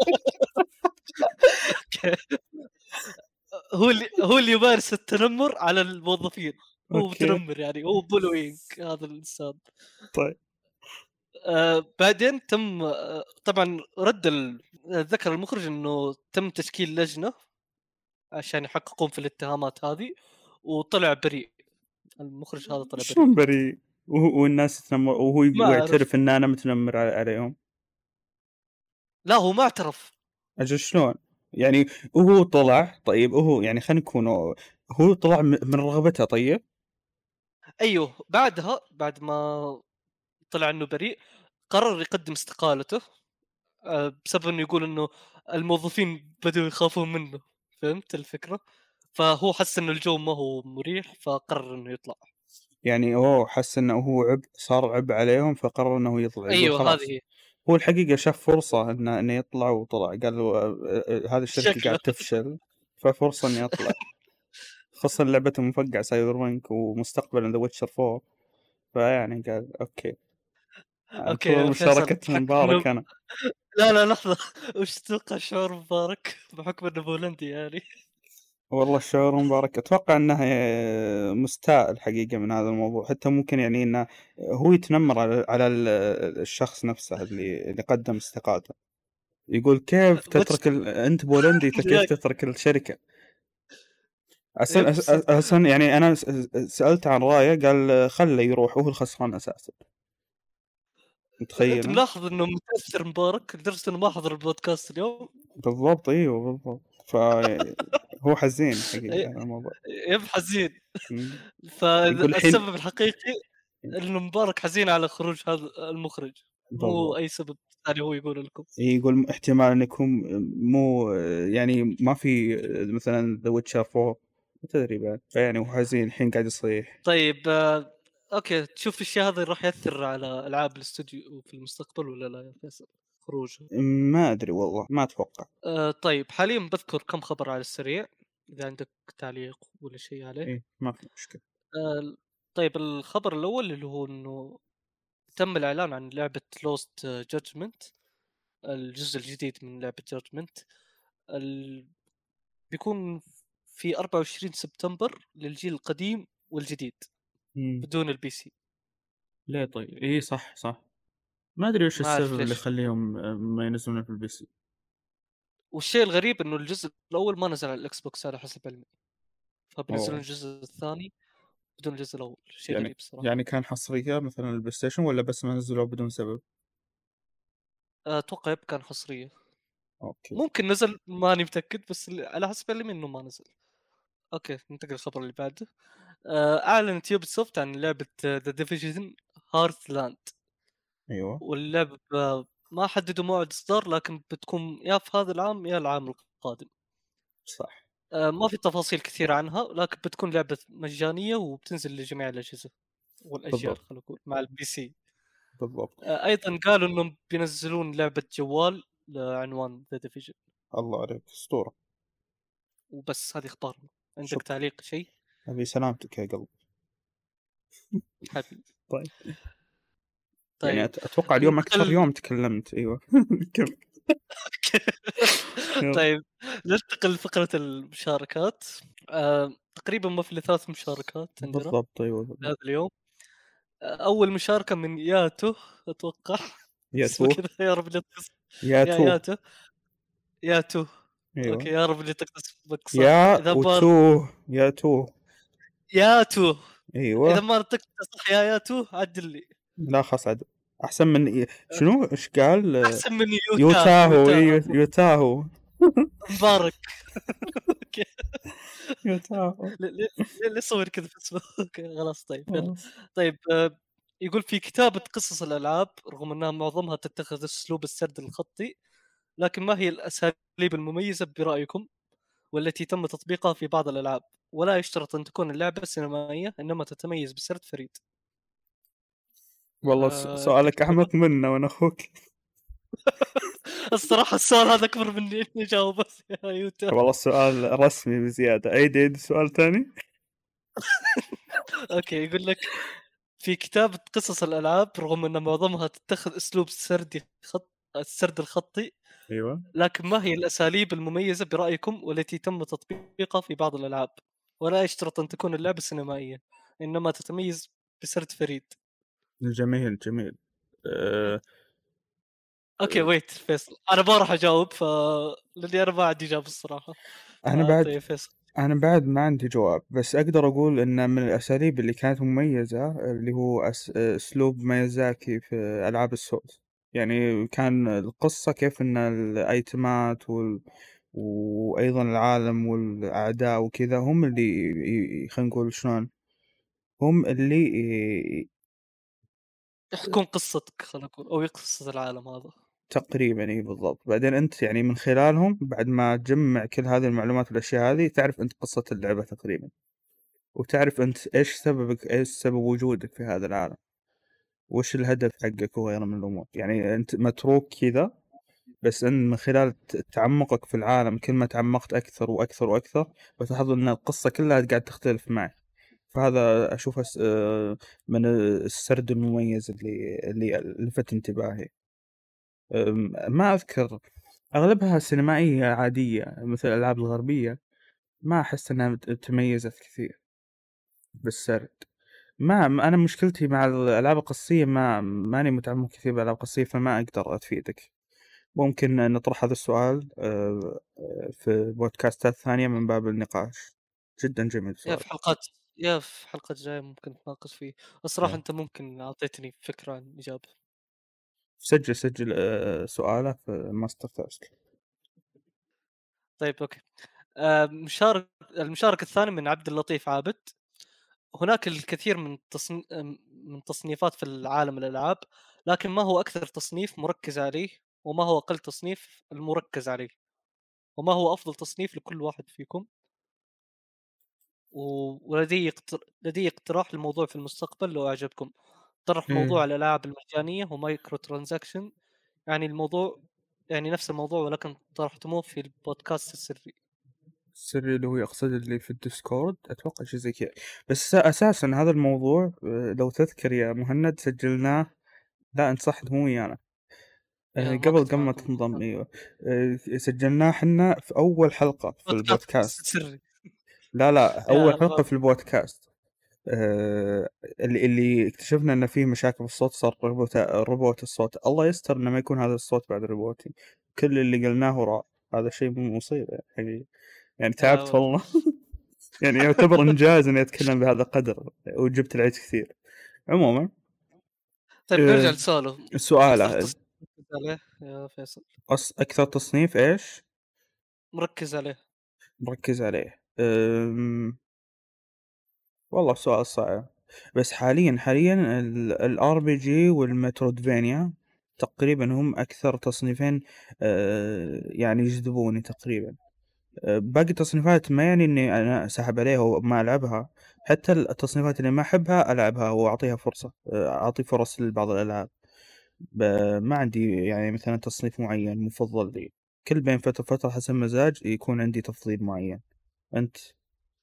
اوكي هو اللي هو اللي يمارس التنمر على الموظفين. هو اوكي. متنمر يعني، هو بولوينج هذا الانسان. طيب. آه بعدين تم آه طبعا رد ال... ذكر المخرج انه تم تشكيل لجنه عشان يحققون في الاتهامات هذه، وطلع بريء. المخرج هذا طلع بريء. شلون بريء وهو- والناس تتنمر وهو ما اعرف. يعترف ان انا متنمر على- عليهم؟ لا هو ما اعترف. اجل شلون يعني؟ وهو طلع طيب، وهو يعني خلينا نكون هو طلع م- من رغبته. طيب. ايوه بعدها بعد ما طلع انه بريء قرر يقدم استقالته آه، بسبب انه يقول انه الموظفين بدوا يخافون منه. فهمت الفكره؟ فهو حس انه الجو ما هو مريح فقرر انه يطلع. يعني هو حس انه هو عبء، صار عبء عليهم، فقرر انه يطلع يقول ايوه هذه خلاص. هي. هو الحقيقة شاف فرصة انه انه يطلع وطلع. قال له آه، آه، هذه الشركة شكله قاعد تفشل، ففرصة اني اطلع. خاصة لعبة مفقع سايبر بانك ومستقبلا ذا ويتشر فور. فيعني قال اوكي، انتظر اوكي فيصل مشاركة بحكم انه مبارك انا. لا لا لحظه وش تتوقع شعور مبارك بحكم انه بولندي يعني؟ والله الشعور مبارك اتوقع انه آه، مستاء الحقيقة من هذا الموضوع. حتى ممكن يعني انه هو يتنمر على على ال- الشخص نفسه اللي اللي قدم استقالته. يقول كيف بس تترك ال... انت بولندي كيف تترك الشركة؟ يب اصلا أس- صدق. اصلا يعني انا س- سالت عن رايه، قال خله يروح وهو الخسران اساسا. انت متخيل؟ ملاحظ انه متاثر مبارك لدرجه انه ما حضر البودكاست اليوم؟ بالضبط، ايوه بالضبط. فهو حزين حقيقه على الموضوع. يب حزين. م. يقول الحين. فالسبب الحقيقي انه مبارك حزين على خروج هذا المخرج، مو بالضبط. اي سبب ثاني هو يقول لكم. يقول احتمال انه يكون مو يعني ما في مثلا ذا ويتشر فور، ما تدري بعد. فيعني هو حزين الحين قاعد يصيح. طيب آه، اوكي تشوف الشيء هذا راح ياثر على العاب الاستوديو في المستقبل ولا لا يا فيصل؟ خروجه. ما ادري والله، ما اتوقع. آه طيب حاليا بذكر كم خبر على السريع اذا عندك تعليق ولا شيء عليه. ايه ما في مشكله. آه طيب الخبر الاول اللي هو انه تم الاعلان عن لعبه لوست جادجمنت، الجزء الجديد من لعبه جادجمنت. ال... بيكون في أربعة وعشرين سبتمبر للجيل القديم والجديد م. بدون البي سي. ليه طيب؟ ايه صح صح. ما ادري وش ما اعرف السبب اللي ليش. يخليهم آه، ما ينزلونه في البي سي. والشيء الغريب انه الجزء الاول ما نزل على الاكس بوكس على حسب علمي، فبنزلون اوه. الجزء الثاني بدون الجزء الاول. شيء يعني غريب صراحه. يعني كان حصرية مثلا البلاي ستيشن ولا بس ما نزلوه بدون سبب؟ اتوقع يبقى كان حصريه. اوكي. ممكن نزل ماني متاكد بس اللي- على حسب علمي انه ما نزل. اوكي ننتقل للخبر اللي بعده. آه، اعلنت يوبي سوفت عن لعبه ذا ديفيجن هارت لاند. ايوه واللعبه ب- ما حددوا موعد اصدار لكن بتكون يا في هذا العام يا العام القادم. صح. آه، ما في تفاصيل كثيره عنها لكن بتكون لعبه مجانيه وبتنزل لجميع الاجهزه والاجيال بالضبط خلينا نقول مع البي سي. بالضبط. آه، ايضا قالوا انهم بينزلون لعبه جوال لعنوان ذا ديفيجن. الله عليك اسطورة. وبس هذه اخبارنا. عندك شكرا. تعليق شيء؟ ابي سلامتك يا قلب. حبيبي. طيب طيب يعني أت- اتوقع اليوم اكثر ننتقل يوم تكلمت. ايوه كم يلا. طيب ننتقل لفقرة المشاركات. آه، تقريبا ما في إلا ثلاث مشاركات عندنا بالضبط ايوه في بالضبط. هذا اليوم. آه، أول مشاركة من ياتو أتوقع يا اسمه تو كذا، يا رب لا تقص. يا يا تو ياتو ياتو أوكي، ايوه يا رب لا تقص اسمك صح. يا إذا ما وتو يا تو ياتو إذا ايوه. ما نطقت صح يا ياتو عدل لي. لا خلاص عاد احسن من إيه. شنو ايش قال؟ أحسن من يوتا يوتاهو يوتا إيه، يوتاهو مبارك. اوكي. يوتاهو. ليه ليه ليه ليه صور كذا في اسمه؟ اوكي خلاص طيب يلا. خلاص. طيب آه، يقول في كتابة قصص الألعاب رغم أنها معظمها تتخذ أسلوب السرد الخطي، لكن ما هي الأساليب المميزة برأيكم والتي تم تطبيقها في بعض الألعاب؟ ولا يشترط أن تكون اللعبة سينمائية، إنما تتميز بسرد فريد. والله س- آه، سؤالك تجربة. اعمق منا وانا اخوك. الصراحة السؤال هذا أكبر مني إني أجاوب بس يا يوتا. والله السؤال رسمي بزيادة. عيد عيد سؤال ثاني. أوكي يقول لك في كتابة قصص الألعاب رغم أن معظمها تتخذ أسلوب سردي خط السرد الخطي، ايوه لكن ما هي الأساليب المميزة برأيكم والتي تم تطبيقها في بعض الألعاب؟ ولا يشترط أن تكون اللعبة سينمائية، إنما تتميز بسرد فريد. جميل جميل. أه أوكي ويت فيصل، أنا بروح أجاوب ف لأني أنا ما عندي إجابة الصراحة. انا بعد فطيب فيصل. انا بعد ما عندي جواب، بس اقدر اقول ان من الاساليب اللي كانت مميزة اللي هو أس... اسلوب ميازاكي في العاب السولز. يعني كان القصة كيف ان الايتمات وال... وايضا العالم والاعداء وكذا هم اللي ي- ي- خلينا نقول شلون، هم اللي ي- يحكون قصتك خلينا نقول، أو قصة العالم هذا. تقريبا اي بالضبط. بعدين انت يعني من خلالهم بعد ما تجمع كل هذه المعلومات والاشياء هذه تعرف انت قصة اللعبة تقريبا، وتعرف انت ايش سببك، ايش سبب وجودك في هذا العالم، وش الهدف حقك وغيره من الامور. يعني انت متروك كذا، بس ان من خلال ت- تعمقك في العالم كل ما تعمقت اكثر واكثر واكثر بتلاحظ ان القصة كلها قاعد تختلف معك. فهذا اشوفه س- آه، من السرد المميز اللي اللي لفت انتباهي. أم، ما اذكر، اغلبها سينمائية عادية مثل الالعاب الغربية. ما احس انها ت- تميزت كثير بالسرد. ما ما- انا مشكلتي مع الالعاب القصيه، ما ماني متعمق كثير بالالعاب القصيه، فما اقدر افيدك. ممكن نطرح هذا السؤال آه، آه، في بودكاستات ثانيه من باب النقاش. جدا جميل يا سؤال. في حلقات يا في حلقة جاية ممكن نتناقش فيه. الصراحة يلا. أنت ممكن أعطيتني فكرة عن إجابة. سجل سجل آه، سؤاله في ماستر ثيرست. طيب أوكي. آه، مشارك المشارك الثاني من عبد اللطيف عابد. هناك الكثير من تصن... من تصنيفات في العالم الألعاب، لكن ما هو أكثر تصنيف مركز عليه؟ وما هو أقل تصنيف المركز عليه؟ وما هو أفضل تصنيف لكل واحد فيكم؟ و... ولدي اقتر... لدي اقتراح للموضوع في المستقبل لو أعجبكم، طرح موضوع امم الألعاب المجانية ومايكرو ترانزاكشن. يعني الموضوع يعني نفس الموضوع ولكن طرحتموه في البودكاست السري. السر اللي هو يقصد اللي في الديسكورد اتوقع شيء زي كذا. بس اساسا هذا الموضوع آه، لو تذكر يا مهند سجلناه. لا انت صح مو ويانا. يعني يا آه، ما قبل كنت قبل ما معكم تنضم ايوه. آه، سجلناه حنا في اول حلقة في بودكاست البودكاست. سري. لا لا اول يا حلقة في البودكاست. آه، اللي اللي اكتشفنا ان فيه مشاكل في الصوت، صار ريبوت ريبوت الصوت. الله يستر انه ما يكون هذا الصوت بعد ريبوتي. كل اللي قلناه راح. هذا شيء مو مصيبة حقيقي. يعني لا تعبت والله. والله. يعني يعتبر انجاز اني اتكلم بهذا القدر وجبت العيد كثير. عموما طيب نرجع آه، لسؤاله. السؤال اكثر تصنيف مركز عليه يا فيصل؟ أص... اكثر تصنيف ايش مركز عليه. مركز عليه؟ أم... والله سؤال صعب. بس حاليا حاليا الار بي جي والمترودفينيا تقريبا هم اكثر تصنيفين أه يعني يجذبوني تقريبا. أه باقي التصنيفات ما يعني اني انا ساحب عليها وما العبها. حتى التصنيفات اللي ما احبها العبها واعطيها فرصة، أه، اعطي فرص لبعض الالعاب. ب... ما عندي يعني مثلا تصنيف معين مفضل لي. كل بين فترة فترة حسب مزاج يكون عندي تفضيل معين. انت؟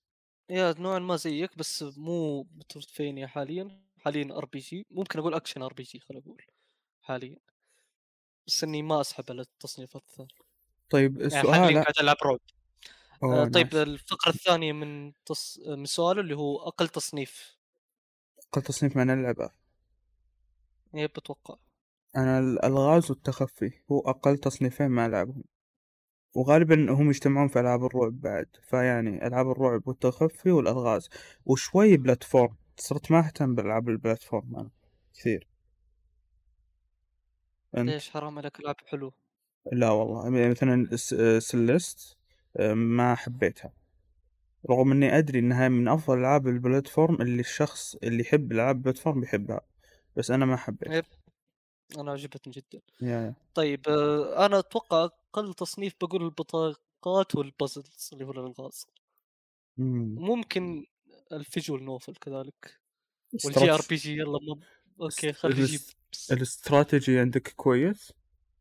يا نوعًا ما زيك بس مو مترفينيا حاليًا، حاليًا آر بي جي ممكن أقول أكشن آر بي جي خلينا نقول حاليًا، بس إني ما أسحب على التصنيفات الثانية، طيب يعني حاليًا السؤال. قاعد ألعب رعب. آآ اوه طيب نايس. الفقرة الثانية من تص من سؤاله اللي هو أقل تصنيف، قل تصنيف من اللعبة. يب أتوقع. انا الالغاز والتخفي هو اقل تصنيفين ما العبهم، وغالبا هم يجتمعون في العاب الرعب بعد، فيعني العاب الرعب والتخفي والالغاز وشوي بلاتفورم. صرت ما اهتم بالالعاب البلاتفورم انا كثير. انت؟ ليش حرام عليك ألعاب حلوة. لا والله، يعني مثلا س- سلست آه، ما حبيتها، رغم اني ادري انها من افضل العاب البلاتفورم اللي الشخص اللي يحب العاب البلاتفورم بيحبها، بس انا ما حبيتها. يب أنا عجبتني جدًا. يا يا طيب آآ أنا أتوقع أقل تصنيف باقول البطاقات والpuzzles اللي هو الألغاز، امم وممكن الvisual novel كذلك، استرات... والJRPG يلّا ما أوكي است... خلّي يجيب الاست... س الاستراتيجي عندك كويس؟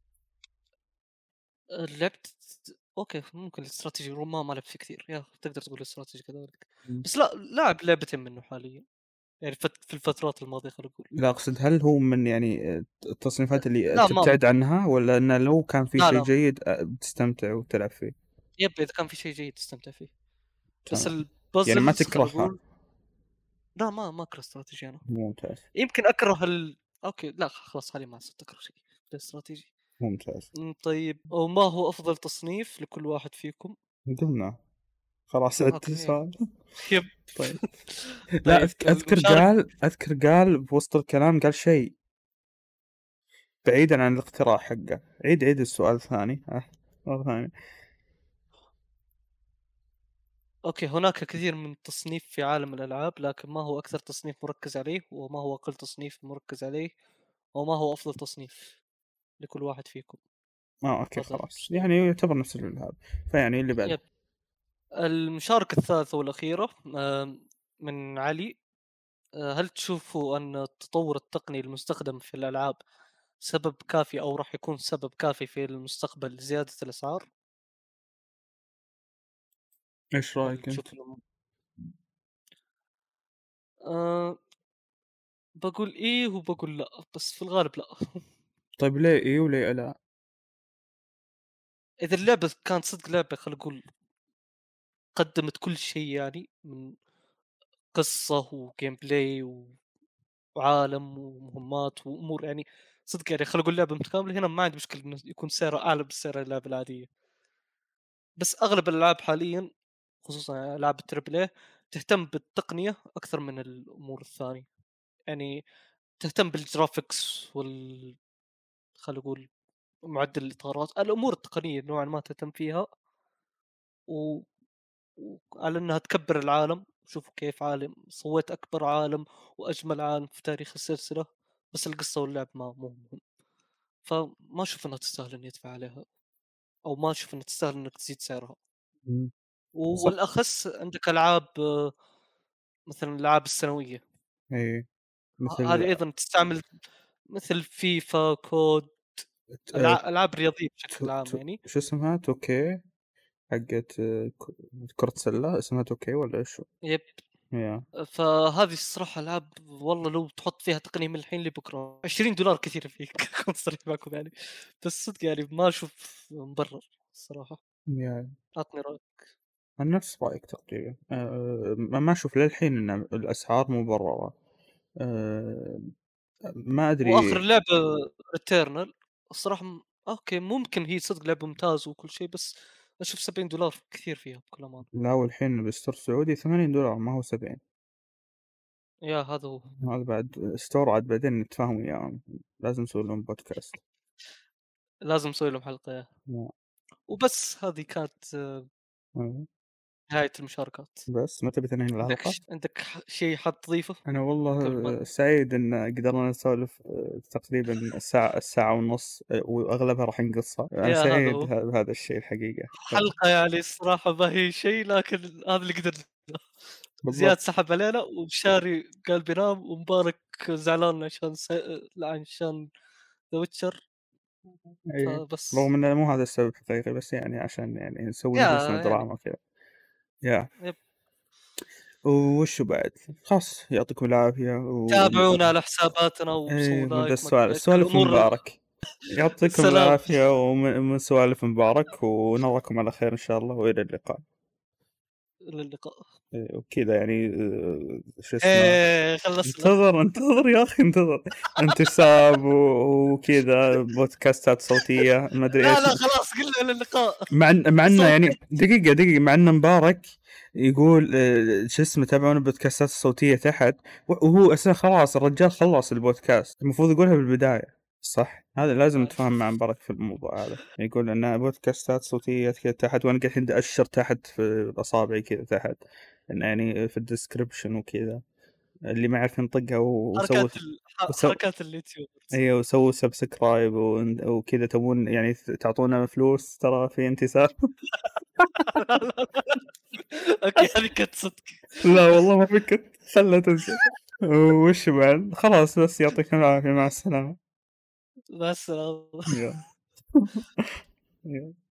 آآ لعبت أوكي ممكن الاستراتيجي رغم ما لعبت فيه كثير، يا تقدر تقول الاستراتيجي كذلك، مم. بس لأ لاعب لعبتين منه حاليًا، يعني فت في الفترات الماضية خلينا نقول. لا اقصد، هل هو من يعني آه، التصنيفات اللي لا ما م تبتعد عنها، ولا انه لو كان في لا، شيء لا، جيد آه، بتستمتع وتلعب فيه؟ يب إذا كان في شيء جيد تستمتع فيه، بس تمام. يعني ما الpuzzles خلينا تكرهها. نقول لا ما ما أكره استراتيجي أنا. ممتاز. يمكن أكره ال أوكي لأ خلاص حاليًا ما صرت أكره شيء في الاستراتيجي. ممتاز. إمم، طيب وما هو أفضل تصنيف لكل واحد فيكم؟ قلنا خلاص عدت أوكي السؤال. يب طيب. لا طيب أذك... اذكر المشارك قال اذكر قال بوسط الكلام قال شيء بعيدا عن الاقتراح حقه. عيد عيد السؤال الثاني ها، مرة ثانية. أوكي هناك كثير من التصنيف في عالم الألعاب، لكن ما هو أكثر تصنيف مركز عليه؟ وما هو أقل تصنيف مركز عليه؟ وما هو أفضل تصنيف لكل واحد فيكم؟ اه اوكي تفضل خلاص، مشتاق. يعني يعتبر نفس الهذا. فيعني اللي بعده. يب المشاركة الثالثة والأخيرة آمم، من علي. آآ، هل تشوفوا أن التطور التقني المستخدم في الألعاب سبب كافي أو راح يكون سبب كافي في المستقبل لزيادة الأسعار؟ ايش هل رايك انت؟ تشوف إنه آآ، باقول إيه وباقول لأ، بس في الغالب لأ. طيب ليه ايه وليه لا؟ إذا اللعبة كانت صدق لعبة خلينا نقول قدّمت كل شيء يعني من قصة وgameplay و وعالم ومهمات وأمور يعني صدق يعني خلينا نقول لعبة متكاملة، هنا ما عندي مشكلة إنه يكون سعرها أعلى من سعر اللعبة العادية. بس أغلب الألعاب حاليًا خصوصًا ألعاب الTriple A تهتم بالتقنية أكثر من الأمور الثانية، يعني تهتم بالgraphics وال خلينا نقول معدل الإطارات، الأمور التقنية نوعًا ما تهتم فيها و وعلى إنها تكبّر العالم، شوفوا كيف عالم سويت أكبر عالم وأجمل عالم في تاريخ السلسلة، بس القصة واللعب ما مو مهم، فما أشوف إنها تستاهل إني أدفع عليها، أو ما أشوف إنها تستاهل إنك تزيد سعرها، مم. صح. والأخس عندك ألعاب آه، مثلًا الألعاب السنوية، ايه ه مثل هذه أيضًا تستعمل مثل فيفا، كود، ت... آه، الع الألعاب الرياضية ت... بشكل عام ت... يعني. شو اسمها توكي؟ حقت آه، ك- كرة سلة اسمها توكي ولا ايش؟ يب يا فهذه الصراحة ألعاب والله لو تحط فيها تقنية من الحين لبكرة عشرين دولار كثير فيك أكون صريح معكم يعني، بس صدق يعني ما أشوف مبرر الصراحة. يا عطني رأيك. أنا نفس رأيك تقريبا. أه ما ما أشوف للحين إن الأسعار مبررة. أه ما وآخر أدري. لعبة Returnal الصراحة م... أوكي ممكن هي صدق لعبة ممتازة وكل شيء، بس أشوف سبعين دولار كثير فيها بكل أمانة. لا والحين بستور سعودي ثمانين دولار ما هو سبعين. يا هذا هو. هذا بعد ستور عاد بعدين نتفاهم وياهم. لازم نسوي لهم بودكاست. لازم نسوي لهم حلقة يا. يا. وبس هذه كانت آه، أه. نهاية المشاركات. بس ما تبي تنهي عندك الحلقة؟ ش... عندك ح... شيء حاب تضيفه أنا والله قبل ما آه، سعيد إن قدرنا نسولف آه، تقريبا الساعة الساعة ونص، آه، وأغلبها راح نقصها. أنا يا هذا سعيد هو ه- بهذا الشيء الحقيقة. ف- حلقة يعني الصراحة ما هي شيء، لكن هذا اللي قدرنا. زياد بالضبط. سحب علينا ومشاري قال بينام ومبارك زعلان عشان س... عشان ذا ويتشر، اي، فبس رغم انه مو هذا السبب الحقيقي، بس يعني عشان يعني نسوي يا نفوسنا يعني دراما كذا. يا. يب وش بعد خلاص يعطيكم العافية و... تابعونا على حساباتنا ايه وسووا من ذا لايك السؤال ما سوالف الامور. مبارك يعطيكم السلام. العافية ومن سوالف مبارك ونراكم على خير إن شاء الله وإلى اللقاء. الى اللقاء. إيه، وكذا يعني آه، شو اسمه ايه خلصنا. انتظر انتظر يا أخي انتظر انتساب و- وكذا بودكاستات صوتية ما أدري لا إيش لا خلاص قلنا الى اللقاء. مع مع انه صوت. يعني دقيقة دقيقة مع انه مبارك يقول آه، شو اسمه تابعون البودكاستات الصوتية تحت وهو أساسا خلاص الرجال خلص البودكاست المفروض يقولها بالبداية صح. هذا لازم نتفاهم مع مبارك في الموضوع هذا يقول انها بودكاستات صوتية كذا تحت وانا قاعد الحين اشر تحت في اصابعي كذا تحت إنه يعني في الديسكربشن وكذا اللي ما يعرف ينطقها وسوي حركات ال... ح- وسو... حركات اليوتيوب. ايوه وسووا سبسكرايب وكذا تبون يعني تعطونا فلوس ترى في انتساب. اوكي هذه كانت صدق. لا والله ما فكر خلها تنزل. وش بعد خلاص بس يعطيكم العافية مع السلامة. مع السلامة. يلا. يلا.